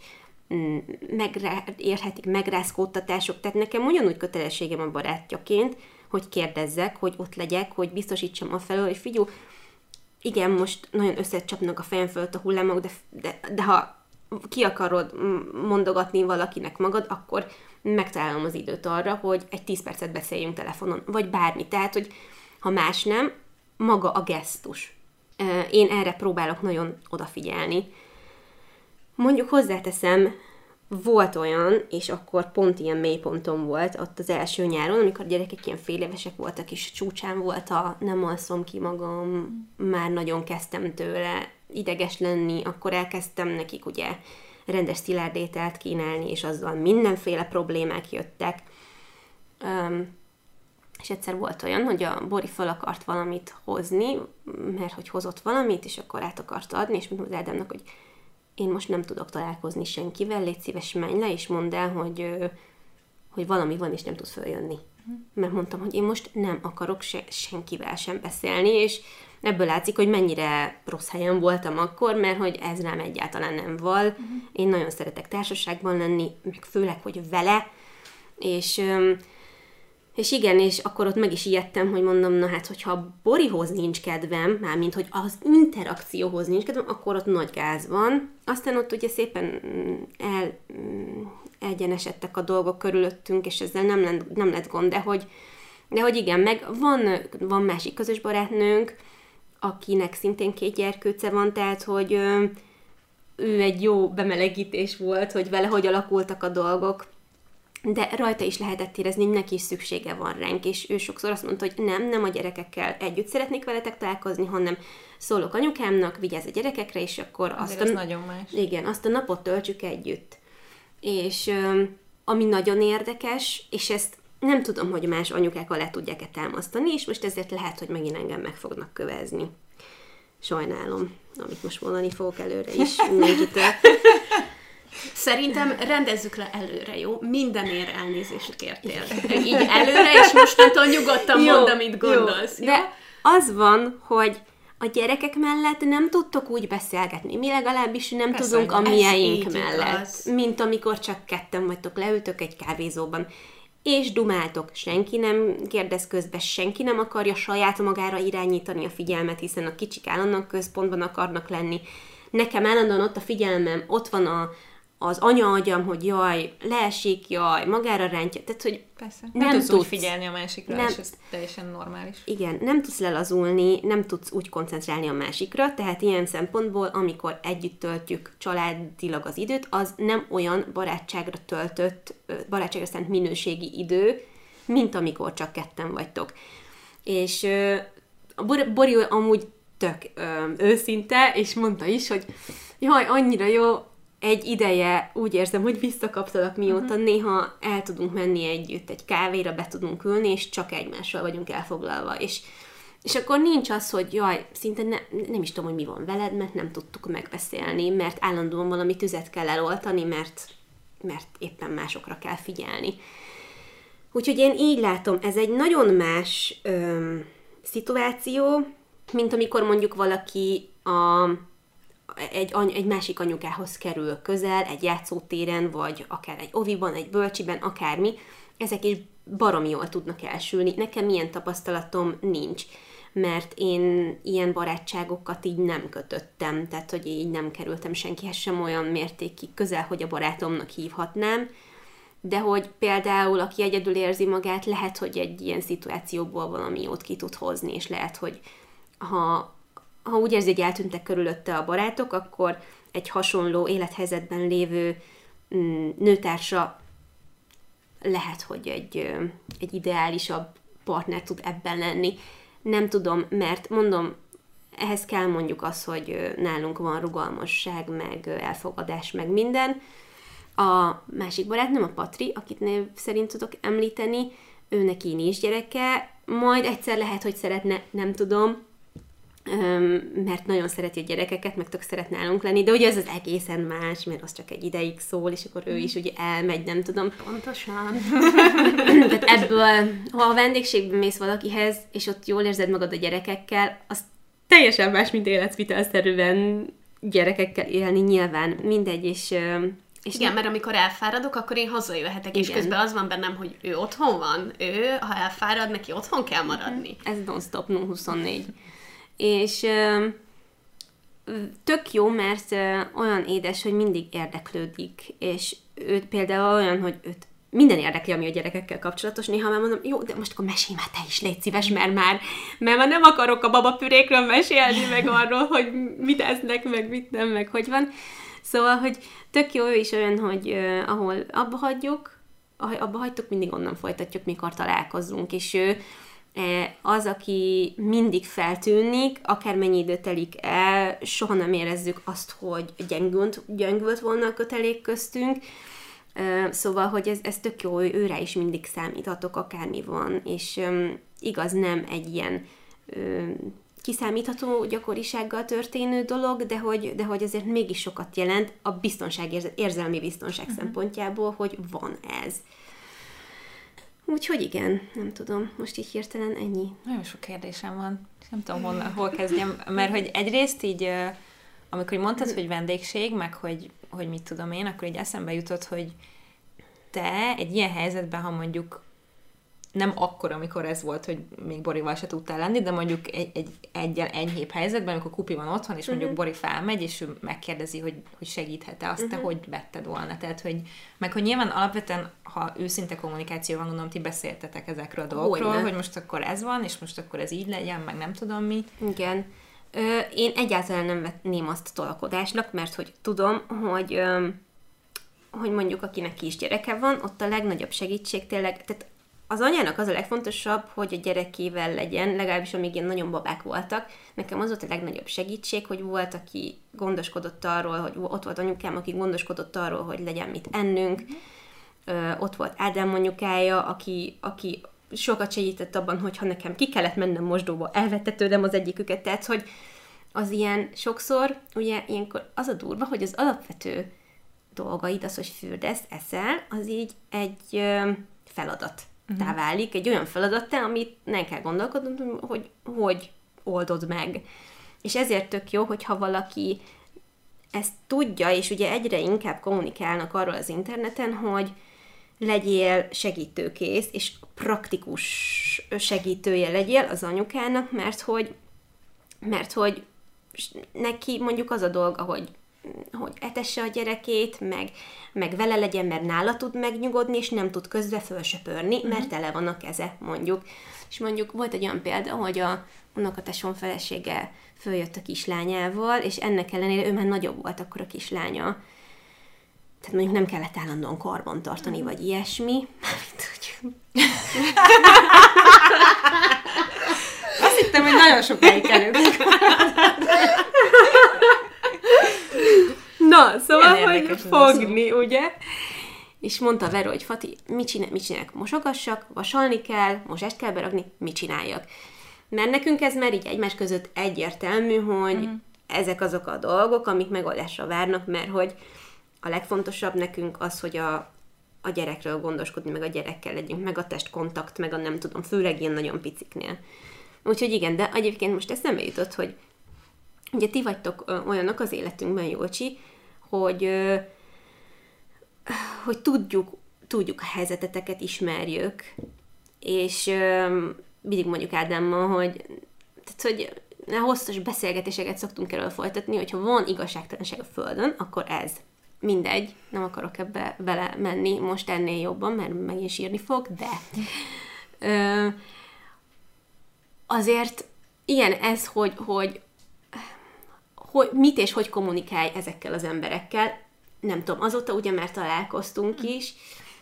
érhetik megrázkódtatások, tehát nekem ugyanúgy kötelességem a barátjaként, hogy kérdezzek, hogy ott legyek, hogy biztosítsam afelől, hogy figyelj, igen, most nagyon összecsapnak a fejem fölött a hullámok, de ha ki akarod mondogatni valakinek magad, akkor megtalálom az időt arra, hogy egy 10 percet beszéljünk telefonon, vagy bármi. Tehát, hogy ha más nem, maga a gesztus. Én erre próbálok nagyon odafigyelni. Mondjuk hozzáteszem, volt olyan, és akkor pont ilyen mélypontom volt ott az első nyáron, amikor a gyerekek ilyen félévesek voltak, és csúcsán volt nem alszom ki magam, már nagyon kezdtem tőle ideges lenni, akkor elkezdtem nekik ugye rendes szilárdételt kínálni, és azzal mindenféle problémák jöttek. És egyszer volt olyan, hogy a Bori fel akart valamit hozni, mert hogy hozott valamit, és akkor át akarta adni, és mondtam az Ádámnak, hogy én most nem tudok találkozni senkivel, légy szíves, menj le, és mondd el, hogy valami van, és nem tudsz följönni. Mert mondtam, hogy én most nem akarok senkivel sem beszélni, és ebből látszik, hogy mennyire rossz helyen voltam akkor, mert hogy ez rám egyáltalán nem val. Én nagyon szeretek társaságban lenni, meg főleg, hogy vele, és igen, és akkor ott meg is ijedtem, hogy mondom, na hát, hogyha a Borihoz nincs kedvem, mármint, hogy az interakcióhoz nincs kedvem, akkor ott nagy gáz van. Aztán ott ugye szépen egyenesedtek a dolgok körülöttünk, és ezzel nem lett gond, de hogy igen, meg van másik közös barátnőnk, akinek szintén 2 gyerkőce van, tehát, hogy ő egy jó bemelegítés volt, hogy vele hogy alakultak a dolgok, de rajta is lehetett érezni, hogy neki is szüksége van ránk, és ő sokszor azt mondta, hogy nem a gyerekekkel együtt szeretnék veletek találkozni, hanem szólok anyukámnak, vigyázz a gyerekekre, és akkor
nagyon más.
Igen, azt a napot töltsük együtt. És ami nagyon érdekes, és ezt nem tudom, hogy más anyukák alá tudják-e támasztani, és most ezért lehet, hogy megint engem meg fognak kövezni. Sajnálom, amit most mondani fogok előre is.
Szerintem rendezzük le előre, jó? Mindenért elnézést kértél. Így előre, és mostantól nyugodtan mondd, amit gondolsz. Jó?
De az van, hogy a gyerekek mellett nem tudtok úgy beszélgetni. Mi legalábbis nem
Persze,
tudunk a miénk
így
mellett.
igaz.
Mint amikor csak ketten vagytok, leültök egy kávézóban, és dumáltok. Senki nem kérdez közbe, senki nem akarja saját magára irányítani a figyelmet, hiszen a kicsik állandóan központban akarnak lenni. Nekem állandóan ott a figyelmem, ott van az anyaagyam, hogy jaj, leesik, jaj, magára rántja. Tehát, hogy
Persze.
nem
tudsz
tudsz
úgy figyelni a másikra,
nem-
és ez teljesen normális.
igen, nem tudsz lelazulni, nem tudsz úgy koncentrálni a másikra, tehát ilyen szempontból, amikor együtt töltjük családilag az időt, az nem olyan barátságra szánt minőségi idő, mint amikor csak ketten vagytok. És a Bori amúgy tök őszinte, és mondta is, hogy jaj, annyira jó, egy ideje úgy érzem, hogy visszakaptalak, mióta néha el tudunk menni együtt, egy kávéra be tudunk ülni, és csak egymással vagyunk elfoglalva. És akkor nincs az, hogy jaj, szinte nem is tudom, hogy mi van veled, mert nem tudtuk megbeszélni, mert állandóan valami tüzet kell eloltani, mert éppen másokra kell figyelni. Úgyhogy én így látom, ez egy nagyon más szituáció, mint amikor mondjuk valaki egy másik anyukához kerül közel, egy játszótéren, vagy akár egy oviban, egy bölcsiben, akármi, ezek is baromi jól tudnak elsülni. Nekem ilyen tapasztalatom nincs, mert én ilyen barátságokat így nem kötöttem, tehát hogy így nem kerültem senkihez sem olyan mértékig közel, hogy a barátomnak hívhatnám, de hogy például, aki egyedül érzi magát, lehet, hogy egy ilyen szituációból valami jót ki tud hozni, és lehet, hogy ha úgy érzi, hogy eltűntek körülötte a barátok, akkor egy hasonló élethelyzetben lévő nőtársa lehet, hogy egy ideálisabb partner tud ebben lenni. Nem tudom, mert mondom, ehhez kell mondjuk az, hogy nálunk van rugalmasság, meg elfogadás, meg minden. A másik barátnőm, a Patri, akit név szerint tudok említeni, ő neki nincs gyereke, majd egyszer lehet, hogy szeretne, nem tudom, mert nagyon szereti a gyerekeket, meg tök szeret nálunk lenni, de ugye ez az egészen más, mert az csak egy ideig szól, és akkor ő is ugye elmegy, nem tudom.
Pontosan.
Tehát ebből, ha a vendégségben mész valakihez, és ott jól érzed magad a gyerekekkel, az teljesen más, mint életvitelszerűen gyerekekkel élni, nyilván mindegy, és
Igen, mert amikor elfáradok, akkor én hazajöhetek, és
Igen.
közben az van bennem, hogy ő otthon van, ha elfárad, neki otthon kell maradni.
Ez non-stop 0-24. És tök jó, mert olyan édes, hogy mindig érdeklődik, és ő például olyan, hogy őt minden érdekli, ami a gyerekekkel kapcsolatos. Néha már mondom, jó, de most akkor mesélj már te is, légy szíves, mert már nem akarok a babapürékről mesélni, meg arról, hogy mit esznek, meg mit nem, meg hogy van. Szóval, hogy tök jó, ő is olyan, hogy ahol abba hagytuk, mindig onnan folytatjuk, mikor találkozunk, és ő az, aki mindig feltűnik, akármennyi idő telik el, soha nem érezzük azt, hogy gyengült volna a kötelék köztünk, szóval, hogy ez tök jó, őre is mindig számíthatok, akármi van, és igaz, nem egy ilyen kiszámítható gyakorisággal történő dolog, de hogy azért mégis sokat jelent a érzelmi biztonság szempontjából, hogy van ez. Úgyhogy igen, nem tudom, most így hirtelen ennyi.
Nagyon sok kérdésem van, nem tudom hol kezdjem, mert hogy egyrészt így, amikor mondtad, hogy vendégség, meg hogy mit tudom én, akkor így eszembe jutott, hogy te egy ilyen helyzetben, ha mondjuk nem akkor, amikor ez volt, hogy még Borival se tudtál lenni, de mondjuk egy enyhébb helyzetben, amikor Kupi van otthon, és mondjuk Bori felmegy, és ő megkérdezi, hogy segíthet-e, azt te hogy vetted volna. Tehát, hogy nyilván alapvetően, ha őszinte kommunikáció van, gondolom, ti beszéltetek ezekről a dolgokról, hogy most akkor ez van, és most akkor ez így legyen, meg nem tudom mi.
Igen. Én egyáltalán nem vetném azt tolakodásnak, mert hogy tudom, hogy mondjuk akinek kisgyereke van, ott a legnagyobb segítség tényleg, tehát az anyának az a legfontosabb, hogy a gyerekével legyen, legalábbis amíg ilyen nagyon babák voltak. Nekem az volt a legnagyobb segítség, hogy volt, aki gondoskodott arról, hogy ott volt anyukám, aki gondoskodott arról, hogy legyen mit ennünk. Ott volt Ádám anyukája, aki sokat segített abban, hogyha nekem ki kellett mennem mosdóba, elvette tőlem az egyiküket. Tehát, hogy az ilyen sokszor, ugye ilyenkor az a durva, hogy az alapvető dolgaid, az, hogy fürdesz, eszel, az így egy feladat válik, egy olyan feladattá, amit nem kell gondolkodnod, hogy oldod meg. És ezért tök jó, hogyha valaki ezt tudja, és ugye egyre inkább kommunikálnak arról az interneten, hogy legyél segítőkész, és praktikus segítője legyél az anyukának, mert hogy neki mondjuk az a dolga, hogy etesse a gyerekét, meg vele legyen, mert nála tud megnyugodni, és nem tud közbe fölsöpörni, mert tele van a keze, mondjuk. És mondjuk volt egy olyan példa, hogy a unokatesom felesége följött a kislányával, és ennek ellenére ő már nagyobb volt akkor a kislánya. Tehát mondjuk nem kellett állandóan karban tartani, vagy ilyesmi.
Azt hittem, hogy nagyon sokáig előbb.
Na, szóval, hogy fogni, ugye? És mondta Vero, hogy Fati, mit csinálják? Mosogassak, vasalni kell, mosást kell berakni, mit csináljak? Mert nekünk ez már így egymás között egyértelmű, hogy ezek azok a dolgok, amik megoldásra várnak, mert hogy a legfontosabb nekünk az, hogy a gyerekről gondoskodni, meg a gyerekkel legyünk, meg a testkontakt, meg a nem tudom, főleg ilyen nagyon piciknél. Úgyhogy igen, de egyébként most eszembe jutott, hogy ugye ti vagytok olyanok az életünkben, Jolcsi, hogy tudjuk a helyzeteteket, ismerjük, és mindig mondjuk Ádámmal, hogy hosszas beszélgetéseket szoktunk erről folytatni, hogyha van igazságtalanság a Földön, akkor ez. Mindegy, nem akarok ebbe bele menni most ennél jobban, mert megint sírni fog, de azért igen, ez, hogy mit és hogy kommunikálj ezekkel az emberekkel, nem tudom, azóta ugye már találkoztunk is,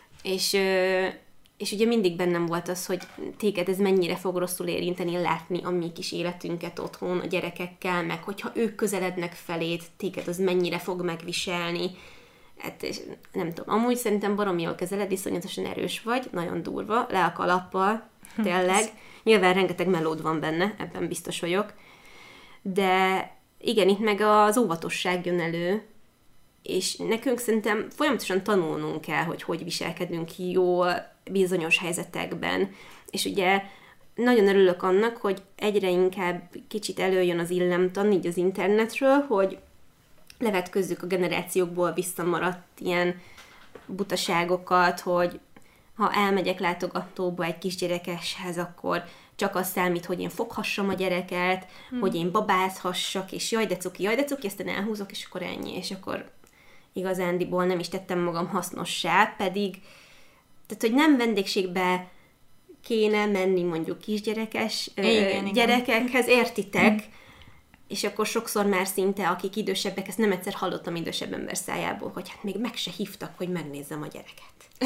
és ugye mindig bennem volt az, hogy téged ez mennyire fog rosszul érinteni, látni a mi kis életünket otthon a gyerekekkel, meg hogyha ők közelednek feléd, téged az mennyire fog megviselni. Hát, és nem tudom, amúgy szerintem baromi jól kezeled, iszonyatosan erős vagy, nagyon durva, le a kalappal, tényleg. Nyilván rengeteg melód van benne, ebben biztos vagyok. De igen, itt meg az óvatosság jön elő, és nekünk szerintem folyamatosan tanulnunk kell, hogy viselkedünk jól bizonyos helyzetekben. És ugye nagyon örülök annak, hogy egyre inkább kicsit előjön az illemtan így az internetről, hogy levetközzük a generációkból visszamaradt ilyen butaságokat, hogy ha elmegyek látogatóba egy kisgyerekeshez, akkor csak az számít, hogy én foghassam a gyereket, hogy én babázhassak, és jaj de cuki, aztán elhúzok, és akkor ennyi, és akkor igazándiból nem is tettem magam hasznossá, pedig, tehát, hogy nem vendégségbe kéne menni mondjuk kisgyerekes gyerekekhez, értitek? És akkor sokszor már szinte, akik idősebbek, ezt nem egyszer hallottam idősebb ember szájából, hogy hát még meg se hívtak, hogy megnézzem a gyereket.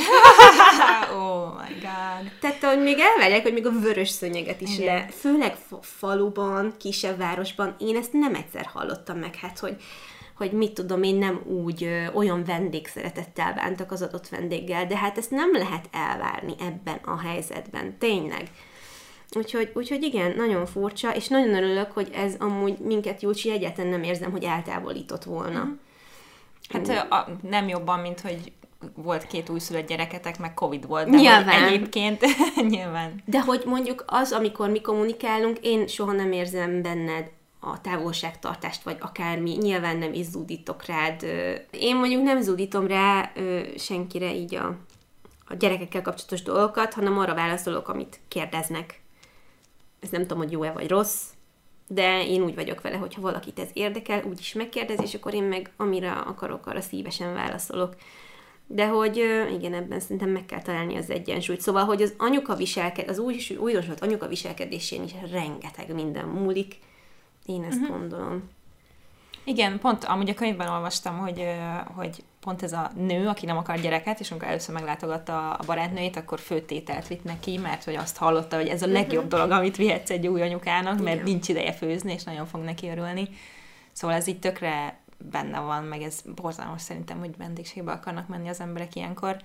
Oh my god.
Tehát, hogy még elvárják, hogy még a vörös szőnyeget is főleg faluban, kisebb városban, én ezt nem egyszer hallottam meg, hát, hogy mit tudom én, nem úgy olyan vendégszeretettel bántak az adott vendéggel, de hát ezt nem lehet elvárni ebben a helyzetben, tényleg. Úgyhogy igen, nagyon furcsa, és nagyon örülök, hogy ez amúgy minket, Júlcsi, egyáltalán nem érzem, hogy eltávolított volna.
Hát nem jobban, mint hogy volt 2 újszülött gyereketek, meg Covid volt,
de nyilván.
Egyébként nyilván.
De hogy mondjuk az, amikor mi kommunikálunk, én soha nem érzem benned a távolságtartást, vagy akármi, nyilván nem is zúdítok rád. Én mondjuk nem zúdítom rá senkire így a gyerekekkel kapcsolatos dolgokat, hanem arra válaszolok, amit kérdeznek. Ez nem tudom, hogy jó-e vagy rossz, de én úgy vagyok vele, hogyha valakit ez érdekel, úgyis megkérdez, és akkor én meg amire akarok, arra szívesen válaszolok. De hogy igen, ebben szerintem meg kell találni az egyensúlyt. Szóval, hogy az anyuka az újdonsult anyuka viselkedésén is rengeteg minden múlik. Én ezt gondolom.
Igen, pont amúgy a könyvben olvastam, hogy pont ez a nő, aki nem akar gyereket, és amikor először meglátogatta a barátnőjét, akkor főtételt vitt neki, mert hogy azt hallotta, hogy ez a legjobb dolog, amit vihetsz egy új anyukának, mert nincs ideje főzni, és nagyon fog neki örülni. Szóval ez így tökre benne van, meg ez borzalmas szerintem, hogy vendégségbe akarnak menni az emberek ilyenkor.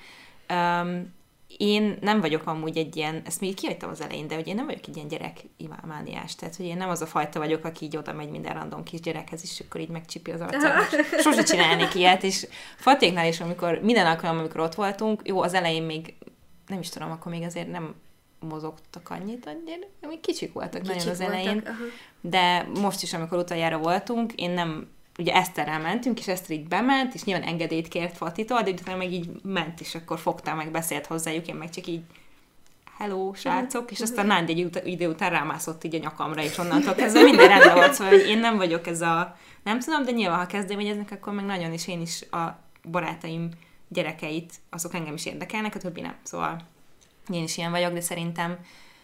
Én nem vagyok amúgy egy ilyen, ezt még kihagytam az elején, de hogy én nem vagyok egy ilyen gyerekimániás, tehát hogy én nem az a fajta vagyok, aki így oda megy minden random kisgyerekhez, és akkor így megcsipi az arcát, és sose csinálnék ilyet, és Fatéknál is, amikor minden alkalommal, amikor ott voltunk, jó, az elején még, nem is tudom, akkor még azért nem mozogtak annyit, amíg kicsik voltak
Kicsik
nagyon az
voltak,
elején.
aha.
De most is, amikor utoljára voltunk, én nem, ugye Eszterrel mentünk, és Eszter így bement, és nyilván engedélyt kért Fatitól, de utána meg így ment, és akkor fogta, meg beszélt hozzájuk, én meg csak így hello, srácok, és aztán Nándi egy idő után rámászott így a nyakamra, és onnantól kezdve minden rendben volt, szóval hogy én nem vagyok ez a, nem tudom, de nyilván, ha kezdeményeznek, akkor meg nagyon is én is a barátaim gyerekeit, azok engem is érdekelnek, a többi nem. Szóval én is ilyen vagyok, de szerintem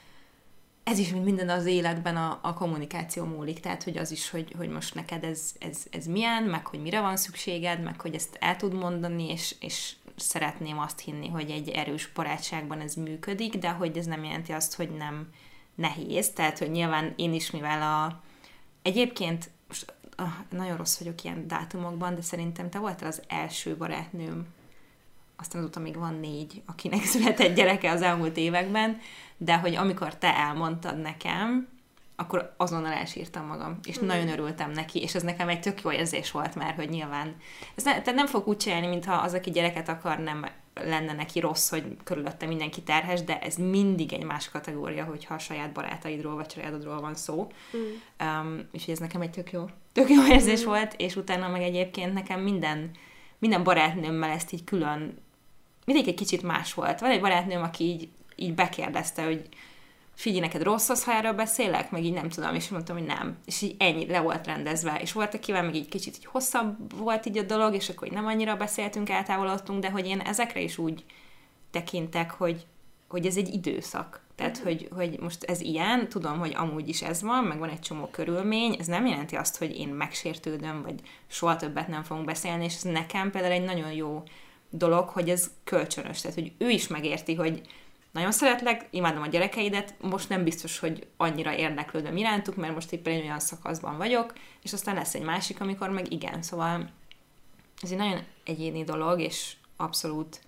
ez is, mint minden az életben a kommunikáció múlik, tehát, hogy az is, hogy most neked ez milyen, meg hogy mire van szükséged, meg hogy ezt el tud mondani, és szeretném azt hinni, hogy egy erős barátságban ez működik, de hogy ez nem jelenti azt, hogy nem nehéz, tehát, hogy nyilván én is, mivel egyébként most, nagyon rossz vagyok ilyen dátumokban, de szerintem te voltál az első barátnőm, aztán azóta még van 4, akinek született gyereke az elmúlt években, de hogy amikor te elmondtad nekem, akkor azonnal elsírtam magam, és nagyon örültem neki, és ez nekem egy tök jó érzés volt már, hogy nyilván, tehát nem fog úgy csinálni, mintha az, aki gyereket akar, nem lenne neki rossz, hogy körülötte mindenki terhes, de ez mindig egy más kategória, hogyha a saját barátaidról vagy családodról van szó. Úgyhogy ez nekem egy tök jó érzés volt, és utána meg egyébként nekem minden barátnőmmel ezt így külön, mindig egy kicsit más volt. Van egy barátnőm, aki így bekérdezte, hogy figyelj, neked rossz az, ha erről beszélek? Meg így nem tudom, és mondtam, hogy nem. És így ennyi, le volt rendezve. És volt, akivel meg így kicsit így hosszabb volt így a dolog, és akkor nem annyira beszéltünk, eltávolodtunk, de hogy én ezekre is úgy tekintek, hogy ez egy időszak. Tehát, hogy most ez ilyen, tudom, hogy amúgy is ez van, meg van egy csomó körülmény, ez nem jelenti azt, hogy én megsértődöm, vagy soha többet nem fogunk beszélni, és ez nekem például egy nagyon jó dolog, hogy ez kölcsönös. Tehát, hogy ő is megérti, hogy nagyon szeretlek, imádom a gyerekeidet, most nem biztos, hogy annyira érdeklődöm irántuk, mert most éppen egy olyan szakaszban vagyok, és aztán lesz egy másik, amikor meg igen. Szóval ez egy nagyon egyéni dolog, és abszolút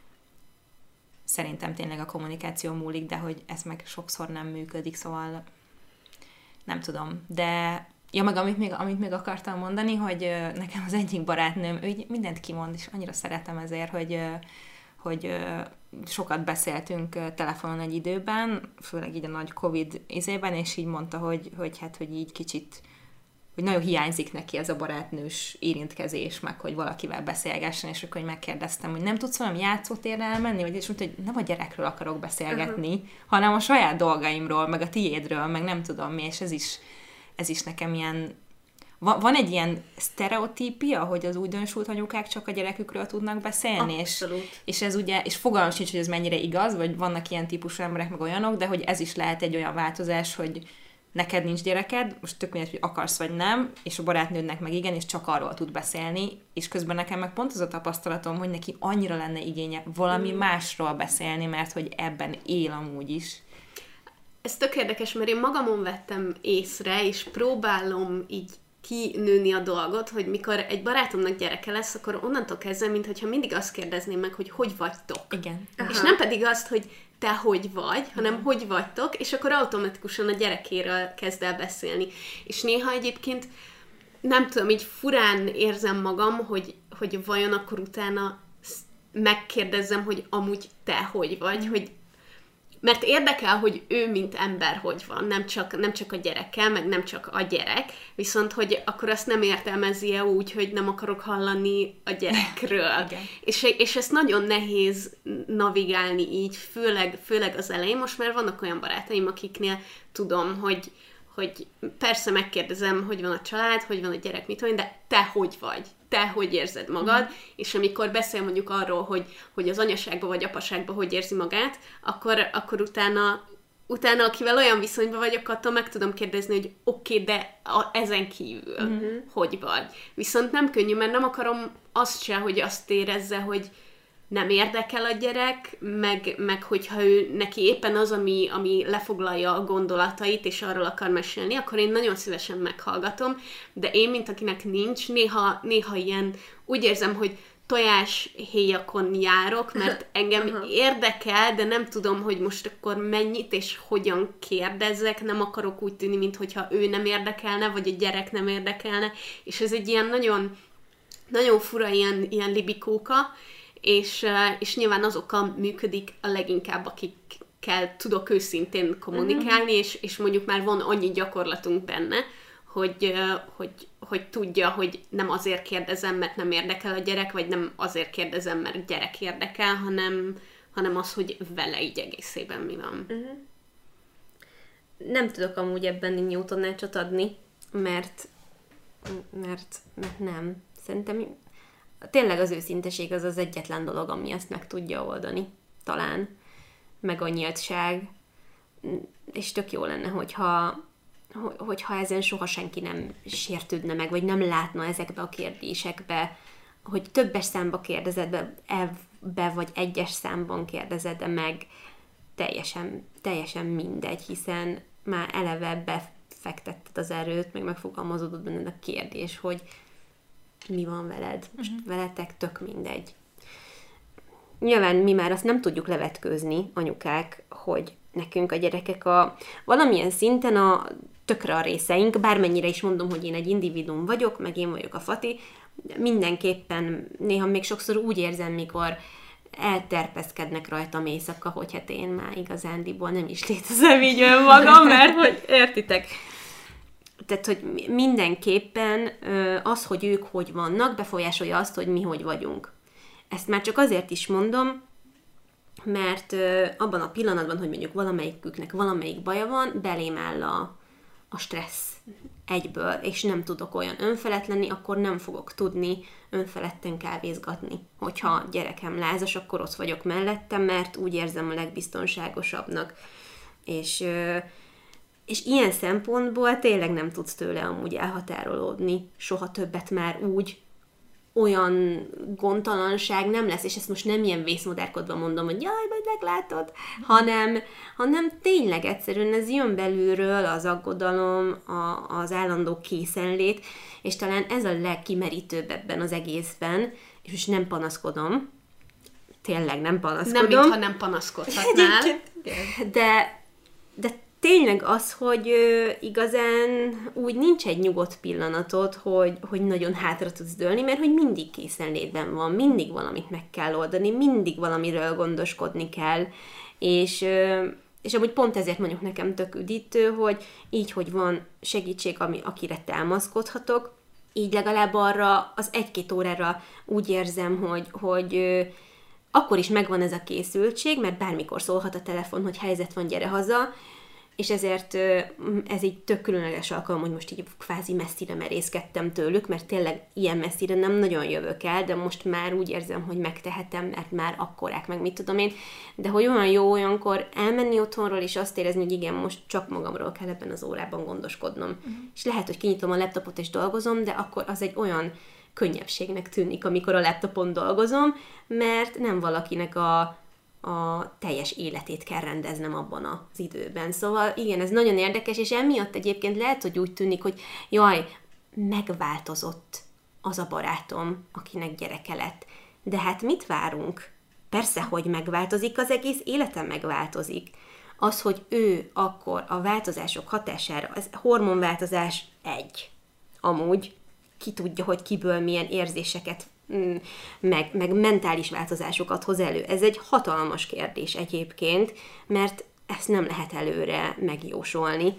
szerintem tényleg a kommunikáció múlik, de hogy ez meg sokszor nem működik, szóval nem tudom. De ja, meg amit még akartam mondani, hogy nekem az egyik barátnőm, ő mindent kimond, és annyira szeretem ezért, hogy sokat beszéltünk telefonon egy időben, főleg így a nagy Covid izében, és így mondta, hogy így kicsit, hogy nagyon hiányzik neki ez a barátnős érintkezés, meg hogy valakivel beszélgessen, és akkor megkérdeztem, hogy nem tudsz valami játszótérre elmenni, vagy és mondta, hogy nem a gyerekről akarok beszélgetni, hanem a saját dolgaimról, meg a tiédről, meg nem tudom mi, és ez is nekem ilyen. Van egy ilyen sztereotípia, hogy az újdonsült anyukák csak a gyerekükről tudnak beszélni, és ez ugye, és fogalmam sincs, hogy ez mennyire igaz, vagy vannak ilyen típusú emberek, meg olyanok, de hogy ez is lehet egy olyan változás, hogy neked nincs gyereked, most tök mindegy, hogy akarsz vagy nem, és a barátnődnek meg igen, és csak arról tud beszélni, és közben nekem meg pont az a tapasztalatom, hogy neki annyira lenne igénye valami másról beszélni, mert hogy ebben él amúgy is.
Ez tök érdekes, mert én magamon vettem észre, és próbálom így kinőni a dolgot, hogy mikor egy barátomnak gyereke lesz, akkor onnantól kezdve, mintha mindig azt kérdezném meg, hogy vagytok.
Igen.
És nem pedig azt, hogy te hogy vagy, hanem hogy vagytok, és akkor automatikusan a gyerekéről kezd el beszélni. És néha egyébként, nem tudom, így furán érzem magam, hogy vajon akkor utána megkérdezzem, hogy amúgy te hogy vagy, hogy mert érdekel, hogy ő, mint ember, hogy van, nem csak a gyerekkel, meg nem csak a gyerek, viszont, hogy akkor azt nem értelmezi-e úgy, hogy nem akarok hallani a gyerekről. És ezt nagyon nehéz navigálni így, főleg az elején. Most már vannak olyan barátaim, akiknél tudom, hogy persze megkérdezem, hogy van a család, hogy van a gyerek, mit van, de te hogy vagy? Te hogy érzed magad? És amikor beszél mondjuk arról, hogy az anyaságban vagy apaságban hogy érzi magát, akkor utána akivel olyan viszonyban vagyok, attól meg tudom kérdezni, hogy oké, de ezen kívül hogy vagy? Viszont nem könnyű, mert nem akarom azt se, hogy azt érezze, hogy nem érdekel a gyerek, meg hogyha ő neki éppen az, ami lefoglalja a gondolatait, és arról akar mesélni, akkor én nagyon szívesen meghallgatom, de én, mint akinek nincs, néha ilyen, úgy érzem, hogy tojáshéjakon járok, mert engem érdekel, de nem tudom, hogy most akkor mennyit és hogyan kérdezzek, nem akarok úgy tűnni, mintha ő nem érdekelne, vagy a gyerek nem érdekelne, és ez egy ilyen nagyon, nagyon fura ilyen libikóka, és nyilván azokkal működik a leginkább, gyerekekkel tudok őszintén kommunikálni, és mondjuk már van annyi gyakorlatunk benne, hogy tudja, hogy nem azért kérdezem, mert nem érdekel a gyerek, vagy nem azért kérdezem, mert gyerek érdekel, hanem az, hogy vele így egészében mi van.
Nem tudok amúgy ebben jó tanácsot adni, mert nem. Szerintem tényleg az őszinteség az egyetlen dolog, ami ezt meg tudja oldani. Talán. Meg a nyíltság. És tök jó lenne, hogyha ezen soha senki nem sértődne meg, vagy nem látna ezekbe a kérdésekbe, hogy többes számba kérdezed be, vagy egyes számban kérdezed meg, teljesen mindegy, hiszen már eleve befektetted az erőt, meg megfogalmazódott benned a kérdés, hogy mi van veled. Most veletek tök mindegy. Nyilván mi már azt nem tudjuk levetkőzni, anyukák, hogy nekünk a gyerekek valamilyen szinten tökre a részeink, bármennyire is mondom, hogy én egy individuum vagyok, meg én vagyok a Fati, mindenképpen néha még sokszor úgy érzem, mikor elterpeszkednek rajtam éjszaka, hogy hát én már igazándiból nem is létezem így önmagam, mert hogy értitek. Tehát, hogy mindenképpen az, hogy ők hogy vannak, befolyásolja azt, hogy mi hogy vagyunk. Ezt már csak azért is mondom, mert abban a pillanatban, hogy mondjuk valamelyiküknek valamelyik baja van, belém áll a stressz egyből, és nem tudok olyan önfelett lenni, akkor nem fogok tudni önfeledten kávézgatni. Hogyha gyerekem lázas, akkor ott vagyok mellettem, mert úgy érzem a legbiztonságosabbnak. És ilyen szempontból tényleg nem tudsz tőle amúgy elhatárolódni. Soha többet már úgy olyan gondtalanság nem lesz, és ezt most nem ilyen vészmodárkodva mondom, hogy jaj, majd meglátod, hanem tényleg egyszerűen ez jön belülről, az aggodalom, az állandó készenlét, és talán ez a legkimerítőbb ebben az egészben, és most nem panaszkodom, tényleg nem panaszkodom.
Nem, mintha nem panaszkodhatnál.
De tényleg az, hogy igazán úgy nincs egy nyugodt pillanatod, hogy nagyon hátra tudsz dőlni, mert hogy mindig készenlétben van, mindig valamit meg kell oldani, mindig valamiről gondoskodni kell, és amúgy pont ezért mondjuk nekem tök üdítő, hogy így, hogy van segítség, akire támaszkodhatok, így legalább arra az 1-2 órára úgy érzem, hogy akkor is megvan ez a készültség, mert bármikor szólhat a telefon, hogy helyzet van, gyere haza, és ezért ez így tök különleges alkalom, hogy most így kvázi messzire merészkedtem tőlük, mert tényleg ilyen messzire nem nagyon jövök el, de most már úgy érzem, hogy megtehetem, mert már akkorák, meg mit tudom én, de hogy olyan jó olyankor elmenni otthonról, és azt érezni, hogy igen, most csak magamról kell ebben az órában gondoskodnom. És lehet, hogy kinyitom a laptopot és dolgozom, de akkor az egy olyan könnyebbségnek tűnik, amikor a laptopon dolgozom, mert nem valakinek a teljes életét kell rendeznem abban az időben. Szóval igen, ez nagyon érdekes, és emiatt egyébként lehet, hogy úgy tűnik, hogy jaj, megváltozott az a barátom, akinek gyereke lett. De hát mit várunk? Persze, hogy megváltozik, az egész életem megváltozik. Az, hogy ő akkor a változások hatására, az hormonváltozás amúgy, ki tudja, hogy kiből milyen érzéseket meg mentális változásokat hoz elő. Ez egy hatalmas kérdés egyébként, mert ezt nem lehet előre megjósolni.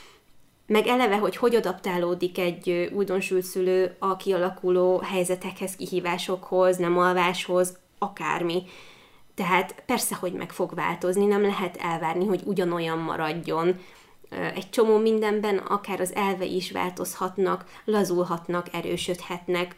Meg eleve, hogy adaptálódik egy újdonsült szülő a kialakuló helyzetekhez, kihívásokhoz, nem alváshoz, akármi. Tehát persze, hogy meg fog változni, nem lehet elvárni, hogy ugyanolyan maradjon. Egy csomó mindenben akár az elvei is változhatnak, lazulhatnak, erősödhetnek,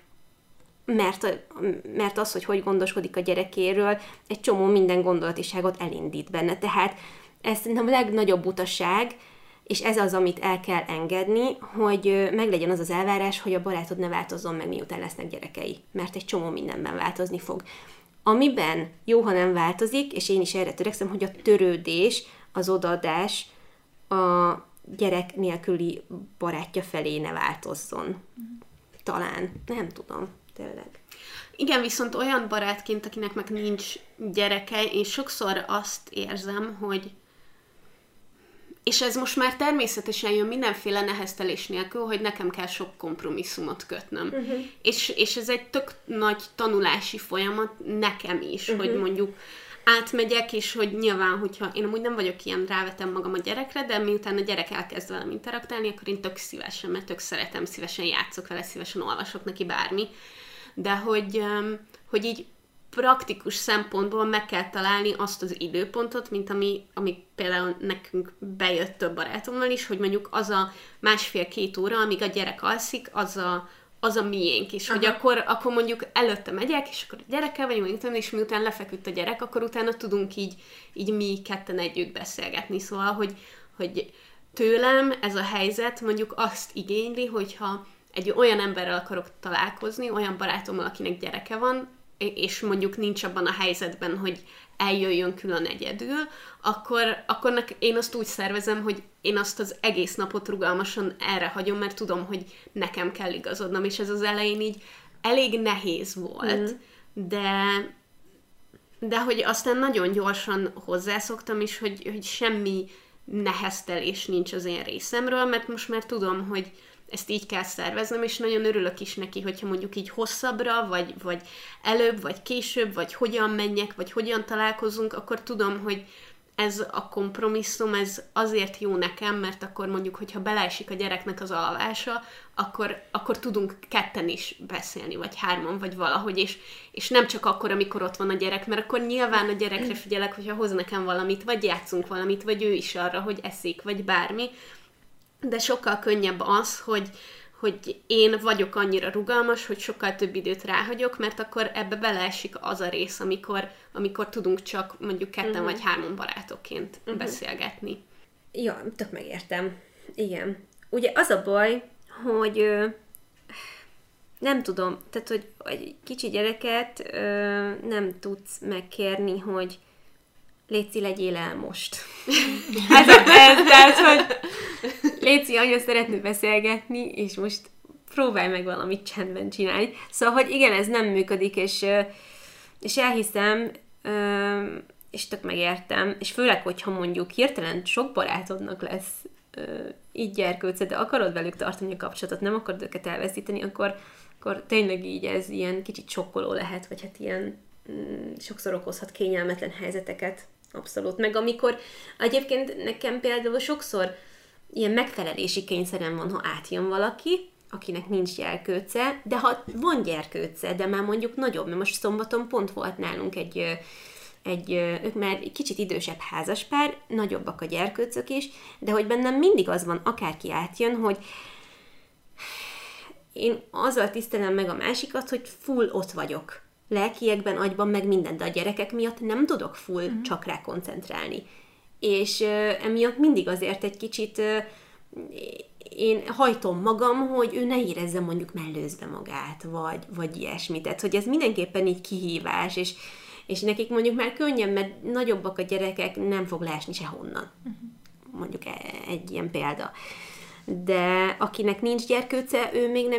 mert az, hogy gondoskodik a gyerekéről, egy csomó minden gondolatiságot elindít benne. Tehát ez szerintem a legnagyobb butaság, és ez az, amit el kell engedni, hogy meglegyen az az elvárás, hogy a barátod ne változzon meg, miután lesznek gyerekei. Mert egy csomó mindenben változni fog. Amiben jó, ha nem változik, és én is erre törekszem, hogy a törődés, az odaadás a gyerek nélküli barátja felé ne változzon. Talán. Nem tudom. Tényleg.
Igen, viszont olyan barátként, akinek meg nincs gyereke, én sokszor azt érzem, hogy és ez most már természetesen jön mindenféle neheztelés nélkül, hogy nekem kell sok kompromisszumot kötnöm. És ez egy tök nagy tanulási folyamat nekem is, hogy mondjuk átmegyek, és hogy nyilván, hogyha én amúgy nem vagyok ilyen, rávetem magam a gyerekre, de miután a gyerek elkezd velem interaktálni, akkor én tök szívesen, mert tök szeretem, szívesen játszok vele, szívesen olvasok neki bármi. De hogy így praktikus szempontból meg kell találni azt az időpontot, mint ami például nekünk bejött több barátommal is, hogy mondjuk az a 1,5-2 óra, amíg a gyerek alszik, az a miénk is. Hogy akkor mondjuk előtte megyek, és akkor a gyerekkel vagyunk, és miután lefeküdt a gyerek, akkor utána tudunk így mi ketten együtt beszélgetni. Szóval, hogy tőlem ez a helyzet mondjuk azt igényli, hogyha egy olyan emberrel akarok találkozni, olyan barátommal, akinek gyereke van, és mondjuk nincs abban a helyzetben, hogy eljöjjön külön egyedül, akkor én azt úgy szervezem, hogy én azt az egész napot rugalmasan erre hagyom, mert tudom, hogy nekem kell igazodnom, és ez az elején így elég nehéz volt, de hogy aztán nagyon gyorsan hozzászoktam is, hogy semmi neheztelés nincs az én részemről, mert most már tudom, hogy ezt így kell szerveznem, és nagyon örülök is neki, hogyha mondjuk így hosszabbra, vagy előbb, vagy később, vagy hogyan menjek, vagy hogyan találkozunk, akkor tudom, hogy ez a kompromisszum, ez azért jó nekem, mert akkor mondjuk, hogyha beleesik a gyereknek az alvása, akkor tudunk ketten is beszélni, vagy hárman, vagy valahogy, és nem csak akkor, amikor ott van a gyerek, mert akkor nyilván a gyerekre figyelek, hogyha hoz nekem valamit, vagy játszunk valamit, vagy ő is arra, hogy eszik, vagy bármi, de sokkal könnyebb az, hogy én vagyok annyira rugalmas, hogy sokkal több időt ráhagyok, mert akkor ebbe beleesik az a rész, amikor tudunk csak mondjuk ketten vagy hárman barátokként beszélgetni.
Ja, tök megértem. Igen. Ugye az a baj, hogy nem tudom, tehát, hogy egy kicsi gyereket nem tudsz megkérni, hogy Léci, legyél el most. Tehát, hogy Léci, anya szeretne beszélgetni, és most próbálj meg valamit csendben csinálni. Szóval, hogy igen, ez nem működik, és elhiszem, és tök megértem, és főleg, hogyha mondjuk hirtelen sok barátodnak lesz így gyerkőce, de akarod velük tartani a kapcsolatot, nem akarod őket elveszíteni, akkor tényleg így ez ilyen kicsit sokkoló lehet, vagy hát ilyen sokszor okozhat kényelmetlen helyzeteket. Abszolút. Meg amikor egyébként nekem például sokszor ilyen megfelelési kényszerem van, ha átjön valaki, akinek nincs gyerkőce, de ha van gyerkőce, de már mondjuk nagyobb, mert most szombaton pont volt nálunk ők már egy kicsit idősebb házaspár, nagyobbak a gyerkőcök is, de hogy bennem mindig az van, akárki átjön, hogy én azzal tisztelem meg a másikat, hogy full ott vagyok. Lelkiekben, agyban, meg minden, de a gyerekek miatt nem tudok full csak rá koncentrálni. És emiatt mindig azért egy kicsit én hajtom magam, hogy ő ne érezze mondjuk mellőzve magát, vagy ilyesmit. Tehát, hogy ez mindenképpen így kihívás, és nekik mondjuk már könnyebb, mert nagyobbak a gyerekek, nem fog leesni sehonnan. Mondjuk egy ilyen példa. De akinek nincs gyerkőce, ő még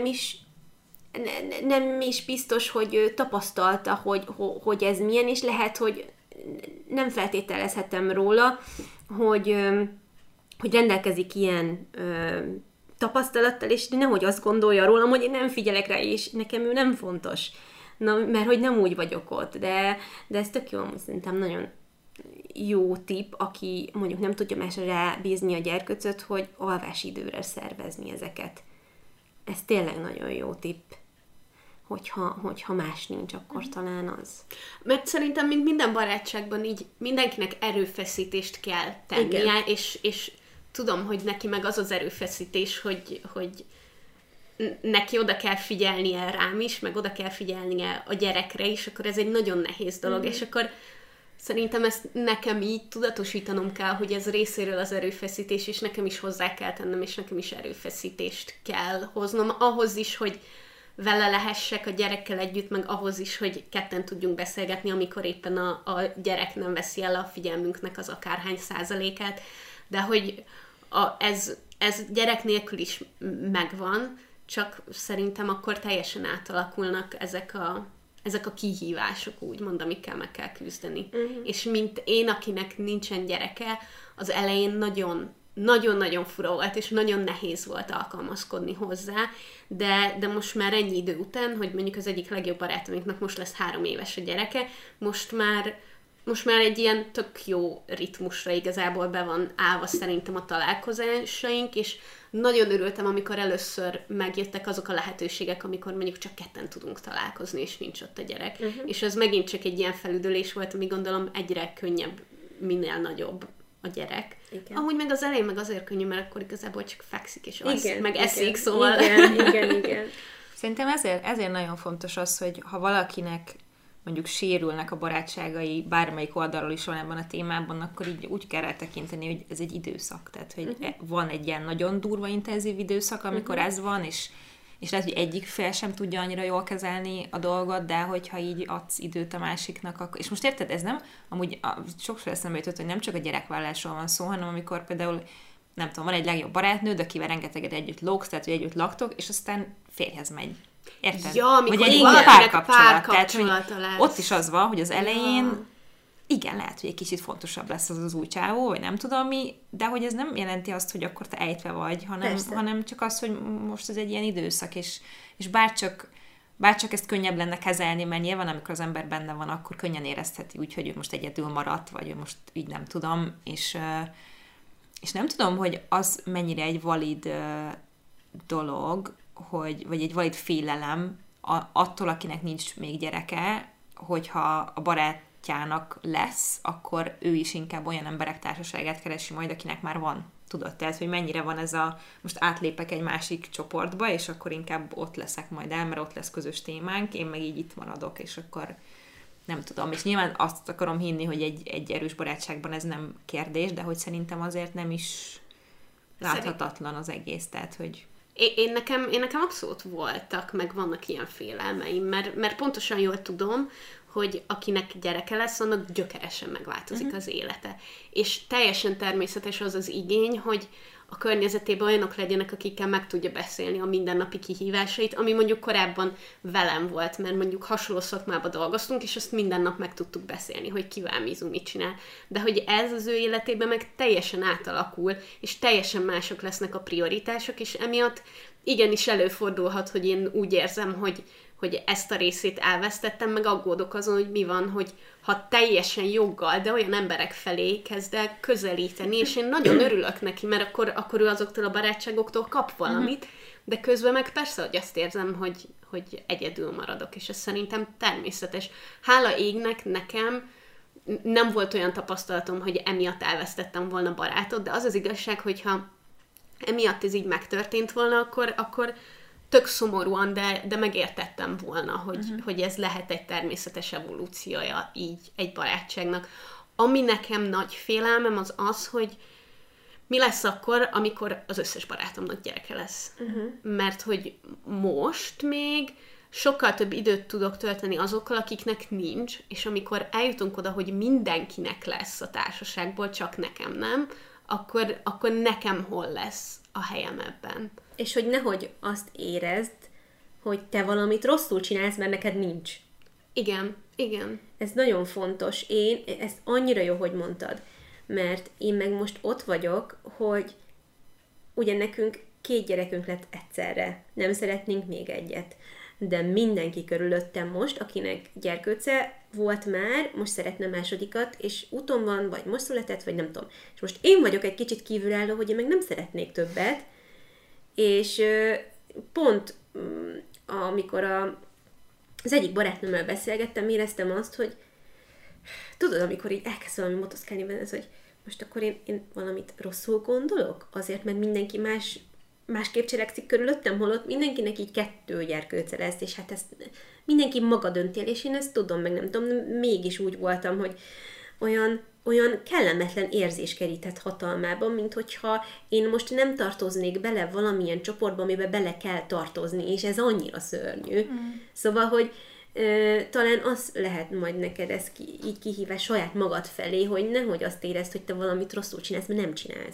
nem is biztos, hogy tapasztalta, hogy ez milyen, és lehet, hogy nem feltételezhetem róla, hogy rendelkezik ilyen tapasztalattal, és nehogy azt gondolja rólam, hogy én nem figyelek rá, és nekem ő nem fontos. Na, mert hogy nem úgy vagyok ott, de ez tök jó, szerintem nagyon jó tipp, aki mondjuk nem tudja másra rábízni a gyerkőcöt, hogy alvási időre szervezni ezeket. Ez tényleg nagyon jó tipp. Hogyha más nincs, akkor talán az.
Mert szerintem, mint minden barátságban így mindenkinek erőfeszítést kell tennie, és tudom, hogy neki meg az erőfeszítés, hogy neki oda kell figyelnie rám is, meg oda kell figyelnie a gyerekre is, akkor ez egy nagyon nehéz dolog, és akkor szerintem ezt nekem így tudatosítanom kell, hogy ez részéről az erőfeszítés, és nekem is hozzá kell tennem, és nekem is erőfeszítést kell hoznom, ahhoz is, hogy vele lehessek a gyerekkel együtt, meg ahhoz is, hogy ketten tudjunk beszélgetni, amikor éppen a gyerek nem veszi el a figyelmünknek az akárhány százalékát, de hogy ez gyerek nélkül is megvan, csak szerintem akkor teljesen átalakulnak ezek a kihívások, úgymond, amikkel meg kell küzdeni. És mint én, akinek nincsen gyereke, az elején nagyon-nagyon fura volt, és nagyon nehéz volt alkalmazkodni hozzá, de most már ennyi idő után, hogy mondjuk az egyik legjobb barátomnak most lesz 3 éves a gyereke, most már most már egy ilyen tök jó ritmusra igazából be van állva szerintem a találkozásaink, és nagyon örültem, amikor először megjöttek azok a lehetőségek, amikor mondjuk csak ketten tudunk találkozni, és nincs ott a gyerek. És ez megint csak egy ilyen felüdülés volt, ami gondolom egyre könnyebb, minél nagyobb a gyerek. Igen. Amúgy meg az elején meg azért könnyű, mert akkor igazából csak fekszik és alszik, meg eszik, szóval...
Igen.
Szerintem ezért nagyon fontos az, hogy ha valakinek mondjuk sérülnek a barátságai, bármelyik oldalról is van ebben a témában, akkor így úgy kell rá tekinteni, hogy ez egy időszak. Tehát, hogy van egy ilyen nagyon durva, intenzív időszak, amikor ez van, és lehet, hogy egyik fél sem tudja annyira jól kezelni a dolgot, de hogyha így adsz időt a másiknak, akkor... És most érted, ez nem, amúgy sokszor eszembe jutott, hogy nem csak a gyerekvállalásról van szó, hanem amikor például, nem tudom, van egy legjobb barátnőd, akivel rengeteget együtt lógsz, tehát, hogy együtt laktok, és aztán férjhez megy. Érted?
Ja, amikor
vagy egy párkapcsolat. Tehát, hogy ott is az van, hogy az elején igen, lehet, hogy egy kicsit fontosabb lesz az új csávó, vagy nem tudom mi, de hogy ez nem jelenti azt, hogy akkor te ejtve vagy, hanem csak az, hogy most ez egy ilyen időszak, és bárcsak ezt könnyebb lenne kezelni, mert nyilván amikor az ember benne van, akkor könnyen érezheti úgy, hogy ő most egyedül maradt, vagy ő most így nem tudom, és nem tudom, hogy az mennyire egy valid dolog, vagy egy valid félelem attól, akinek nincs még gyereke, hogyha a barátjának lesz, akkor ő is inkább olyan emberek társaságát keresi majd, akinek már van. Tudod, tehát, hogy mennyire van ez most átlépek egy másik csoportba, és akkor inkább ott leszek majd el, mert ott lesz közös témánk, én meg így itt maradok, és akkor nem tudom. És nyilván azt akarom hinni, hogy egy erős barátságban ez nem kérdés, de hogy szerintem azért nem is láthatatlan az egész, tehát, hogy...
Én nekem abszolút voltak, meg vannak ilyen félelmeim, mert pontosan jól tudom, hogy akinek gyereke lesz, annak gyökeresen megváltozik az élete. És teljesen természetes az igény, hogy a környezetében olyanok legyenek, akikkel meg tudja beszélni a mindennapi kihívásait, ami mondjuk korábban velem volt, mert mondjuk hasonló szakmában dolgoztunk, és azt minden nap meg tudtuk beszélni, hogy kivel Mizu mit csinál. De hogy ez az ő életében meg teljesen átalakul, és teljesen mások lesznek a prioritások, és emiatt igenis előfordulhat, hogy én úgy érzem, hogy ezt a részét elvesztettem, meg aggódok azon, hogy mi van, hogy ha teljesen joggal, de olyan emberek felé kezd el közelíteni, és én nagyon örülök neki, mert akkor ő azoktól a barátságoktól kap valamit, de közben meg persze, hogy azt érzem, hogy egyedül maradok, és ez szerintem természetes. Hála égnek nekem nem volt olyan tapasztalatom, hogy emiatt elvesztettem volna barátot, de az az igazság, hogyha emiatt ez így megtörtént volna, akkor tök szomorúan, de megértettem volna, hogy ez lehet egy természetes evolúciója így egy barátságnak. Ami nekem nagy félelmem az, hogy mi lesz akkor, amikor az összes barátomnak gyereke lesz. Mert hogy most még sokkal több időt tudok tölteni azokkal, akiknek nincs, és amikor eljutunk oda, hogy mindenkinek lesz a társaságból, csak nekem nem, akkor nekem hol lesz a helyem ebben.
És hogy nehogy azt érezd, hogy te valamit rosszul csinálsz, mert neked nincs.
Igen.
Ez nagyon fontos. Ezt annyira jó, hogy mondtad. Mert én meg most ott vagyok, hogy ugye nekünk 2 gyerekünk lett egyszerre. Nem szeretnénk még egyet. De mindenki körülöttem most, akinek gyerkőce volt már, most szeretne másodikat, és úton van, vagy most született, vagy nem tudom. És most én vagyok egy kicsit kívülálló, hogy én meg nem szeretnék többet, és pont amikor az egyik barátnőmmel beszélgettem, éreztem azt, hogy tudod, amikor így elkezd valami motoszkálni benne, hogy most akkor én valamit rosszul gondolok? Azért, mert mindenki másképp cselekszik körülöttem, holott mindenkinek így 2 gyerkőce lesz, és hát ezt mindenki maga dönti el, és én ezt tudom, meg nem tudom, mégis úgy voltam, hogy olyan kellemetlen érzés kerített hatalmában, mint hogyha én most nem tartoznék bele valamilyen csoportba, amiben bele kell tartozni, és ez annyira szörnyű. Szóval, hogy talán az lehet majd neked ez így kihívás saját magad felé, hogy nehogy azt érezd, hogy te valamit rosszul csinálsz, mert nem csinálsz.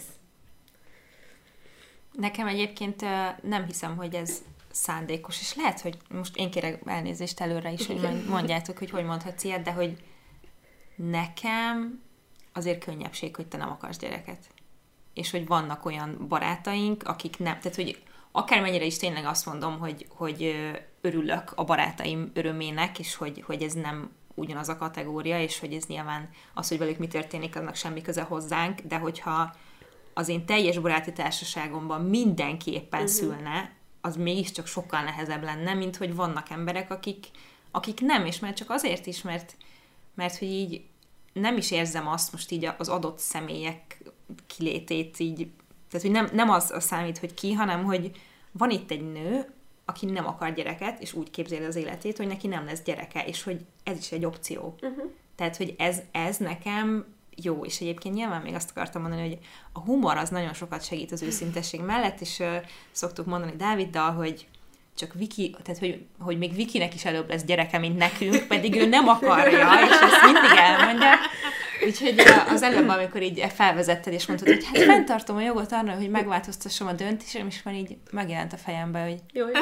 Nekem egyébként nem hiszem, hogy ez szándékos, és lehet, hogy most én kérek elnézést előre is, hogy mondjátok, hogy mondhatsz ilyet, de hogy nekem azért könnyebbség, hogy te nem akarsz gyereket. És hogy vannak olyan barátaink, akik nem, tehát hogy akármennyire is tényleg azt mondom, hogy örülök a barátaim örömének, és hogy ez nem ugyanaz a kategória, és hogy ez nyilván az, hogy velük mi történik, annak semmi köze hozzánk, de hogyha az én teljes baráti társaságomban mindenképpen szülne, az mégiscsak sokkal nehezebb lenne, mint hogy vannak emberek, akik nem, és már csak azért is, mert hogy így nem is érzem azt most így az adott személyek kilétét így, tehát hogy nem az a számít, hogy ki, hanem hogy van itt egy nő, aki nem akar gyereket, és úgy képzeli az életét, hogy neki nem lesz gyereke, és hogy ez is egy opció. Tehát, hogy ez nekem jó, és egyébként nyilván még azt akartam mondani, hogy a humor az nagyon sokat segít az őszintesség mellett, és szoktuk mondani Dáviddal, hogy csak Viki, tehát hogy még Vikinek is előbb lesz gyereke, mint nekünk, pedig ő nem akarja, és ezt mindig elmondja. Úgyhogy az előbb, amikor így felvezetted, és mondtad, hogy hát fenntartom a jogot arra, hogy megváltoztassam a döntésem, és már így megjelent a fejembe, hogy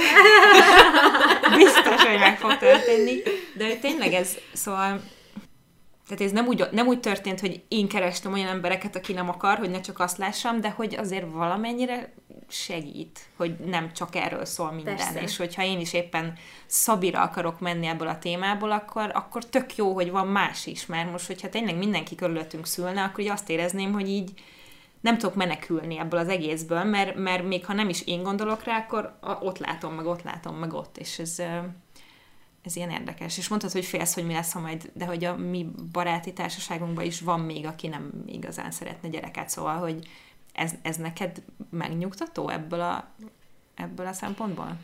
biztos, hogy meg fog történni. De tényleg ez, szóval tehát ez nem úgy történt, hogy én kerestem olyan embereket, aki nem akar, hogy ne csak azt lássam, de hogy azért valamennyire segít, hogy nem csak erről szól minden. Persze. És hogyha én is éppen Szabira akarok menni ebből a témából, akkor tök jó, hogy van más is, mert most, hogyha tényleg mindenki körülöttünk szülne, akkor így azt érezném, hogy így nem tudok menekülni ebből az egészből, mert még ha nem is én gondolok rá, akkor ott látom meg ott, és ez ilyen érdekes. És mondtad, hogy félsz, hogy mi lesz, ha majd, de hogy a mi baráti társaságunkban is van még, aki nem igazán szeretne gyereket, szóval, hogy ez neked megnyugtató ebből a szempontból?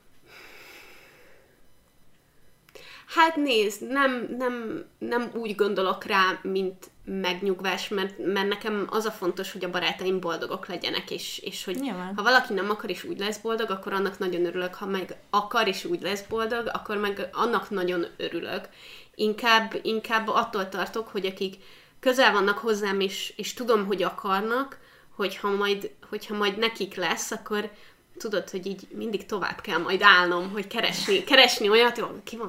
Hát nézd, nem úgy gondolok rá, mint megnyugvás, mert nekem az a fontos, hogy a barátaim boldogok legyenek, és hogy nyilván. Ha valaki nem akar és úgy lesz boldog, akkor annak nagyon örülök, ha meg akar és úgy lesz boldog, akkor meg annak nagyon örülök. Inkább attól tartok, hogy akik közel vannak hozzám, és tudom, hogy akarnak, hogyha majd nekik lesz, akkor tudod, hogy így mindig tovább kell majd állnom, hogy keresni olyat,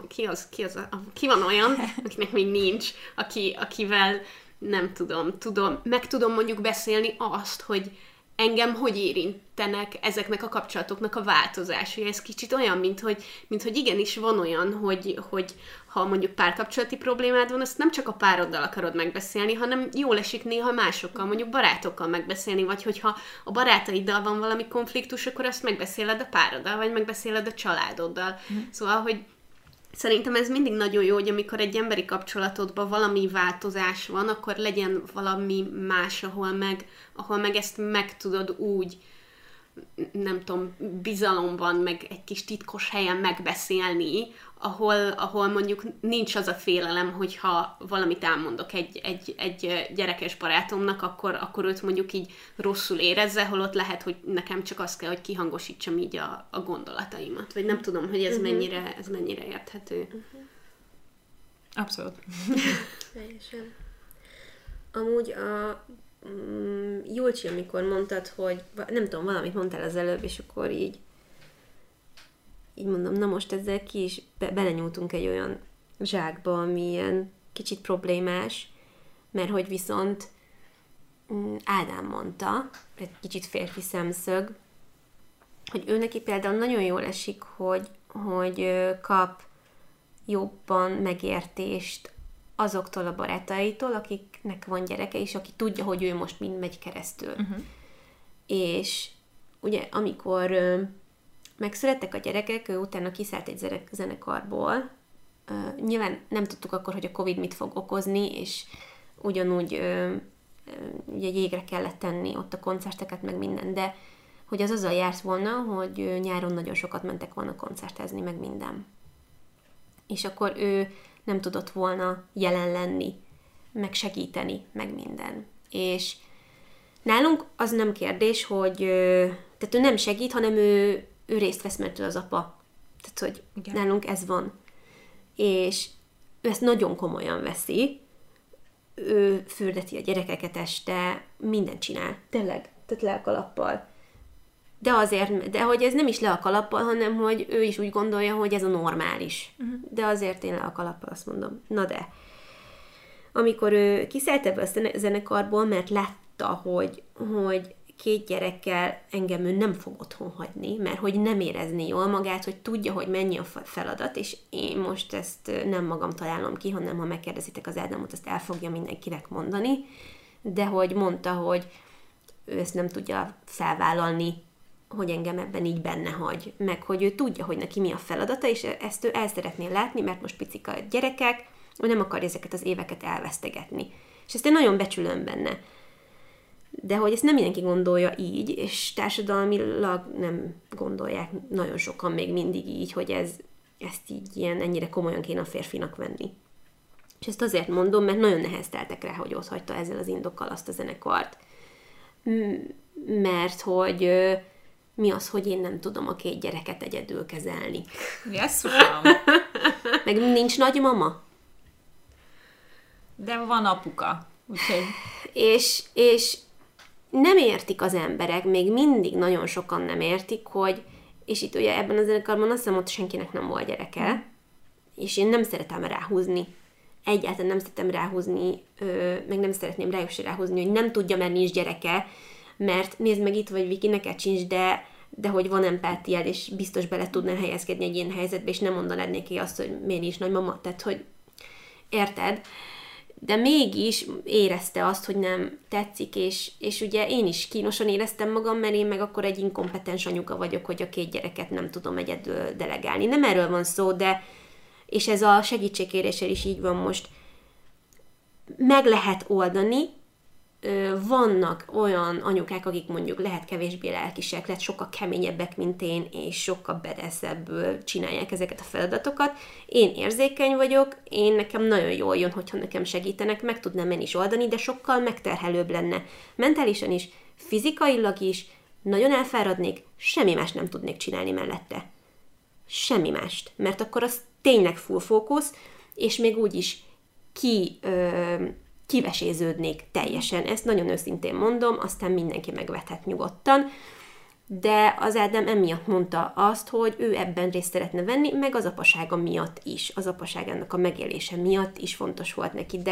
ki van olyan, akinek még nincs, akivel nem tudom, meg tudom mondjuk beszélni azt, hogy engem hogy érintenek ezeknek a kapcsolatoknak a változásai. Ez kicsit olyan, mint hogy igenis van olyan, hogy ha mondjuk párkapcsolati problémád van, azt nem csak a pároddal akarod megbeszélni, hanem jól esik néha másokkal, mondjuk barátokkal megbeszélni, vagy hogyha a barátaiddal van valami konfliktus, akkor azt megbeszéled a pároddal, vagy megbeszéled a családoddal. Szóval, hogy szerintem ez mindig nagyon jó, hogy amikor egy emberi kapcsolatodban valami változás van, akkor legyen valami más, ahol meg ezt meg tudod úgy, nem tudom, bizalomban, meg egy kis titkos helyen megbeszélni, ahol mondjuk nincs az a félelem, hogyha valamit elmondok egy gyerekes barátomnak, akkor őt mondjuk így rosszul érezze, holott lehet, hogy nekem csak azt kell, hogy kihangosítsam így a gondolataimat. Vagy nem tudom, hogy ez mennyire érthető.
Abszolút.
Teljesen. Amúgy Julcsi, amikor mondtad, hogy nem tudom, valamit mondtál az előbb, és akkor így mondom, na most ezzel ki is belenyúltunk egy olyan zsákba, ami ilyen kicsit problémás, mert hogy viszont Ádám mondta, egy kicsit férfi szemszög, hogy ő neki például nagyon jól esik, hogy kap jobban megértést azoktól a barátaitól, akiknek van gyereke, és aki tudja, hogy ő most mind megy keresztül. És ugye, amikor megszülettek a gyerekek, ő utána kiszállt egy zenekarból. Nyilván nem tudtuk akkor, hogy a Covid mit fog okozni, és ugyanúgy ugye jégre kellett tenni ott a koncerteket, meg minden, de hogy az azzal járt volna, hogy nyáron nagyon sokat mentek volna koncertezni, meg minden. És akkor ő nem tudott volna jelen lenni, meg segíteni, meg minden. És nálunk az nem kérdés, hogy tehát ő nem segít, hanem ő részt vesz, mert ő az apa. Tehát, hogy igen. Nálunk ez van. És ő ezt nagyon komolyan veszi. Ő fürdeti a gyerekeket este, mindent csinál. Tényleg, tehát le a kalappal. De hogy ez nem is le a kalappal, hanem hogy ő is úgy gondolja, hogy ez a normális. De azért én le a kalappal azt mondom. Na de. Amikor ő kiszállt ebből a zenekarból, mert látta, hogy 2 gyerekkel engem ő nem fog otthon hagyni, mert hogy nem érezni jól magát, hogy tudja, hogy mennyi a feladat, és én most ezt nem magam találom ki, hanem ha megkérdezitek az Ádámot, azt el fogja mindenkinek mondani, de hogy mondta, hogy ő ezt nem tudja felvállalni, hogy engem ebben így benne hagy, meg hogy ő tudja, hogy neki mi a feladata, és ezt ő el szeretné látni, mert most picik a gyerekek, ő nem akar ezeket az éveket elvesztegetni. És ezt én nagyon becsülöm benne. De hogy ezt nem mindenki gondolja így, és társadalmilag nem gondolják nagyon sokan még mindig így, hogy ezt így ilyen ennyire komolyan kéne a férfinak venni. És ezt azért mondom, mert nagyon nehezteltek rá, hogy ott hagyta ezzel az indokkal azt a zenekart. Mert hogy mi az, hogy én nem tudom a 2 gyereket egyedül kezelni.
Yes,
Meg nincs nagymama.
De van apuka. Úgyhogy...
És nem értik az emberek, még mindig nagyon sokan nem értik, hogy, és itt ugye ebben a zenekarban azt hiszem, ott senkinek nem volt gyereke, és én nem szeretem ráhúzni. Egyáltalán nem szeretem ráhúzni, meg nem szeretném rájuk se ráhúzni, hogy nem tudja, mert nincs gyereke, mert nézd meg itt vagy, Viki, neked sincs, de hogy van empátiád, és biztos bele tudnál helyezkedni egy ilyen helyzetbe, és nem mondanád neki azt, hogy miért nincs nagymama. Tehát, hogy érted? De mégis érezte azt, hogy nem tetszik, és ugye én is kínosan éreztem magam, mert én meg akkor egy inkompetens anyuka vagyok, hogy a 2 gyereket nem tudom egyedül delegálni. Nem erről van szó, de és ez a segítségkéréssel is így van most. Meg lehet oldani, vannak olyan anyukák, akik mondjuk lehet kevésbé lelkisek, lehet sokkal keményebbek, mint én, és sokkal bedeszebből csinálják ezeket a feladatokat. Én érzékeny vagyok, nekem nagyon jól jön, hogyha nekem segítenek, meg tudnám én is oldani, de sokkal megterhelőbb lenne. Mentálisan is, fizikailag is, nagyon elfáradnék, semmi más nem tudnék csinálni mellette. Semmi mást. Mert akkor az tényleg full fókusz, és még úgy is kiveséződnék teljesen. Ezt nagyon őszintén mondom, aztán mindenki megvethet nyugodtan, de az Ádám emiatt mondta azt, hogy ő ebben részt szeretne venni, meg az apasága miatt is, az apaságának a megélése miatt is fontos volt neki, de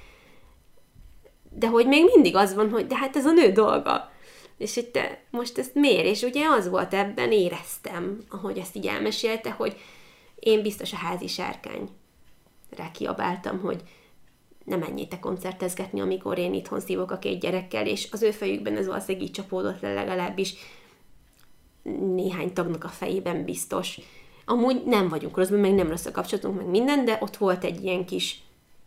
hogy még mindig az van, hogy de hát ez a nő dolga. És hogy te most ezt miért? És ugye az volt ebben, éreztem, ahogy ezt így elmesélte, hogy én biztos a házi sárkány. Rá kiabáltam, hogy nem menjétek koncertezgetni, amikor én itthon szívok a 2 gyerekkel, és az ő fejükben ez valószínűleg így csapódott le legalábbis néhány tagnak a fejében biztos. Amúgy nem vagyunk rosszban, meg nem rossz a kapcsolatunk, meg minden, de ott volt egy ilyen kis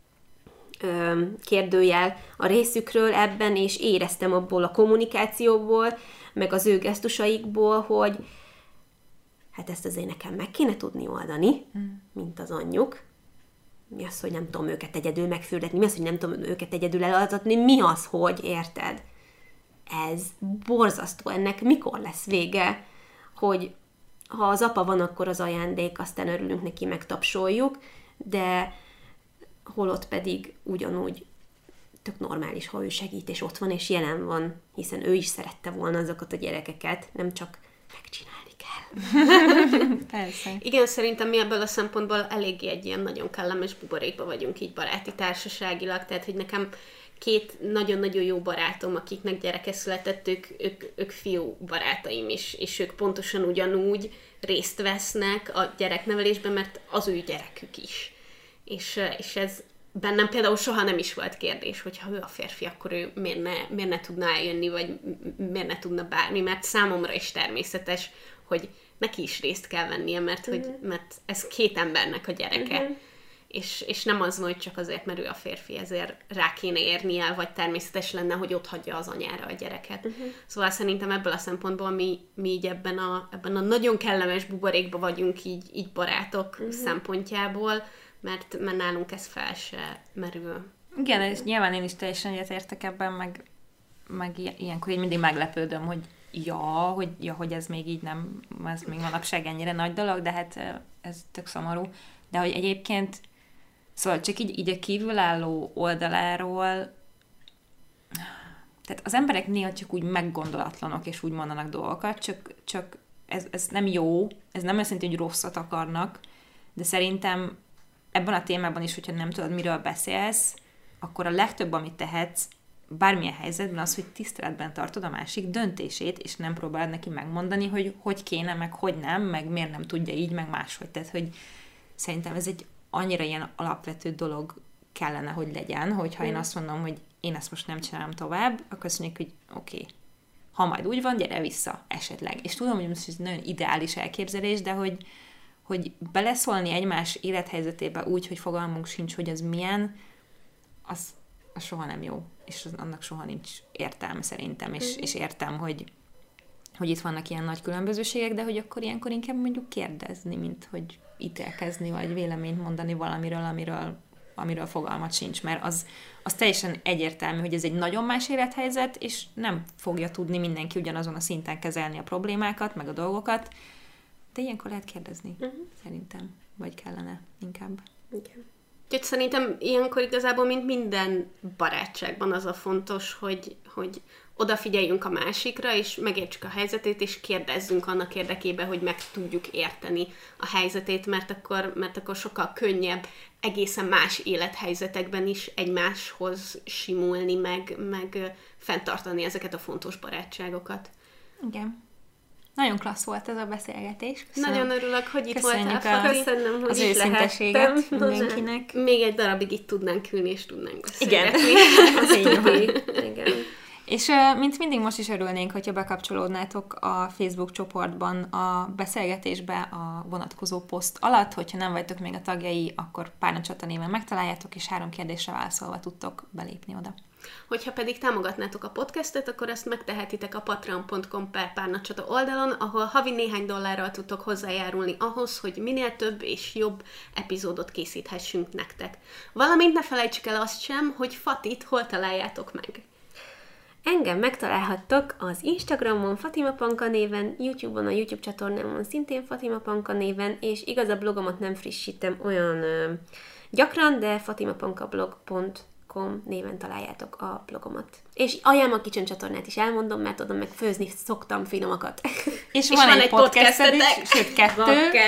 kérdőjel a részükről ebben, és éreztem abból a kommunikációból, meg az ő gesztusaikból, hogy hát ezt azért nekem meg kéne tudni oldani, mint az anyjuk. Mi az, hogy nem tudom őket egyedül megfürdetni, mi az, hogy nem tudom őket egyedül elaltatni, mi az, hogy érted? Ez borzasztó, ennek mikor lesz vége, hogy ha az apa van, akkor az ajándék, aztán örülünk neki, megtapsoljuk, de holott pedig ugyanúgy tök normális, ha ő segít, és ott van, és jelen van, hiszen ő is szerette volna azokat a gyerekeket, nem csak megcsinálni kell.
Persze.
Igen, szerintem mi ebből a szempontból eléggé egy ilyen nagyon kellemes buborékban vagyunk így baráti társaságilag, tehát hogy nekem 2 nagyon-nagyon jó barátom, akiknek gyereke született, ők fiú barátaim is, és ők pontosan ugyanúgy részt vesznek a gyereknevelésben, mert az ő gyerekük is. És ez bennem például soha nem is volt kérdés, hogy ha ő a férfi, akkor ő miért ne tudna eljönni, vagy miért ne tudna bármi, mert számomra is természetes, hogy neki is részt kell vennie, mert ez 2 embernek a gyereke. És nem az van, hogy csak azért, mert ő a férfi, ezért rá kéne érnie, vagy természetes lenne, hogy ott hagyja az anyára a gyereket. Szóval szerintem ebből a szempontból mi így ebben a nagyon kellemes buborékban vagyunk így barátok szempontjából, mert nálunk ez fel se merül.
Igen, és nyilván én is teljesen egyetértek ebben, meg ilyenkor így mindig meglepődöm, hogy hogy ez még így nem, ez még manapság ennyire nagy dolog, de hát ez tök szomorú. De hogy egyébként, szóval csak így a kívülálló oldaláról, tehát az emberek néha csak úgy meggondolatlanok, és úgy mondanak dolgokat, csak ez nem jó, ez nem azt jelenti, hogy rosszat akarnak, de szerintem ebben a témában is, hogyha nem tudod, miről beszélsz, akkor a legtöbb, amit tehetsz, bármilyen helyzetben az, hogy tiszteletben tartod a másik döntését, és nem próbálod neki megmondani, hogy kéne, meg hogy nem, meg miért nem tudja így, meg máshogy. Tehát, hogy szerintem ez egy annyira ilyen alapvető dolog kellene, hogy legyen, hogyha én azt mondom, hogy én ezt most nem csinálom tovább, akkor azt mondjuk, hogy oké. Ha majd úgy van, gyere vissza, esetleg. És tudom, hogy ez egy nagyon ideális elképzelés, de hogy beleszólni egymás élethelyzetébe úgy, hogy fogalmunk sincs, hogy az milyen, az soha nem jó. És annak soha nincs értelme szerintem. És értem, hogy itt vannak ilyen nagy különbözőségek, de hogy akkor ilyenkor inkább mondjuk kérdezni, mint hogy ítélkezni, vagy véleményt mondani valamiről, amiről fogalmat sincs, mert az teljesen egyértelmű, hogy ez egy nagyon más élethelyzet, és nem fogja tudni mindenki ugyanazon a szinten kezelni a problémákat, meg a dolgokat, de ilyenkor lehet kérdezni, szerintem, vagy kellene inkább.
Igen. Úgyhogy szerintem ilyenkor igazából, mint minden barátságban az a fontos, hogy odafigyeljünk a másikra, és megértsük a helyzetét, és kérdezzünk annak érdekében, hogy meg tudjuk érteni a helyzetét, mert akkor sokkal könnyebb egészen más élethelyzetekben is egymáshoz simulni, meg fenntartani ezeket a fontos barátságokat.
Igen. Nagyon klassz volt ez a beszélgetés. Köszönöm.
Nagyon örülök, hogy itt voltál.
Köszönöm, hogy
az
itt
őszinteséget
lehettem.
mindenkinek.
Még egy darabig itt tudnánk ülni, és tudnánk beszélgetni.
Igen.
És mint mindig most is örülnénk, hogyha bekapcsolódnátok a Facebook csoportban a beszélgetésbe a vonatkozó poszt alatt, hogyha nem vagytok még a tagjai, akkor Párnacsata néven megtaláljátok, és 3 kérdésre válaszolva tudtok belépni oda.
Hogyha pedig támogatnátok a podcastet, akkor ezt megtehetitek a patreon.com/párnacsata oldalon, ahol havi néhány dollárral tudtok hozzájárulni ahhoz, hogy minél több és jobb epizódot készíthessünk nektek. Valamint ne felejtsük el azt sem, hogy Fatit hol találjátok meg.
Engem megtalálhattok az Instagramon Fatima Panka néven, YouTube-on, a YouTube csatornámon szintén Fatima Panka néven, és igaz, a blogomat nem frissítem olyan gyakran, de fatimapankablog.com néven találjátok a blogomat. És Ajánl a Kitchen csatornát is elmondom, mert oda meg főzni szoktam finomakat.
És van egy podcasted is, sőt 2.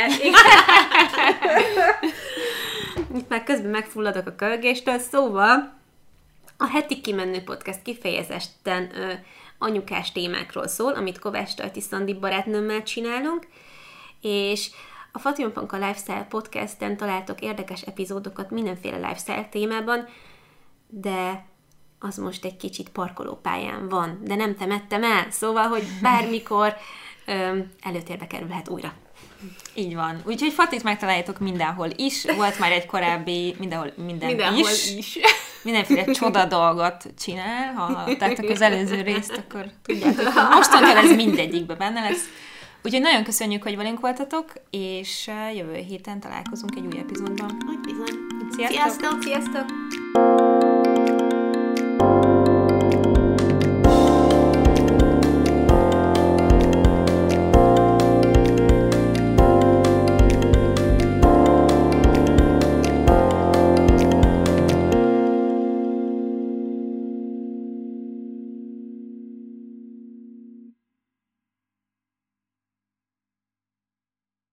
Itt már közben megfulladok a kölgéstől, szóval a heti kimenő podcast kifejezetten anyukás témákról szól, amit Kovács Tajti Szandi barátnőmmel csinálunk, és a Fatima Panka Lifestyle podcasten találtok érdekes epizódokat mindenféle lifestyle témában, de az most egy kicsit parkolópályán van, de nem temettem el, szóval, hogy bármikor előtérbe kerülhet újra.
Így van. Úgyhogy Fatit megtaláljátok mindenhol is. Volt már egy korábbi mindenhol is. Mindenféle csoda dolgot csinál. Ha hallottátok az előző részt, akkor tudjátok, hogy mostantól ez mindegyikben benne lesz. Úgyhogy nagyon köszönjük, hogy velünk voltatok, és jövő héten találkozunk egy új epizódban.
Hogy bizony.
Sziasztok!
Sziasztok!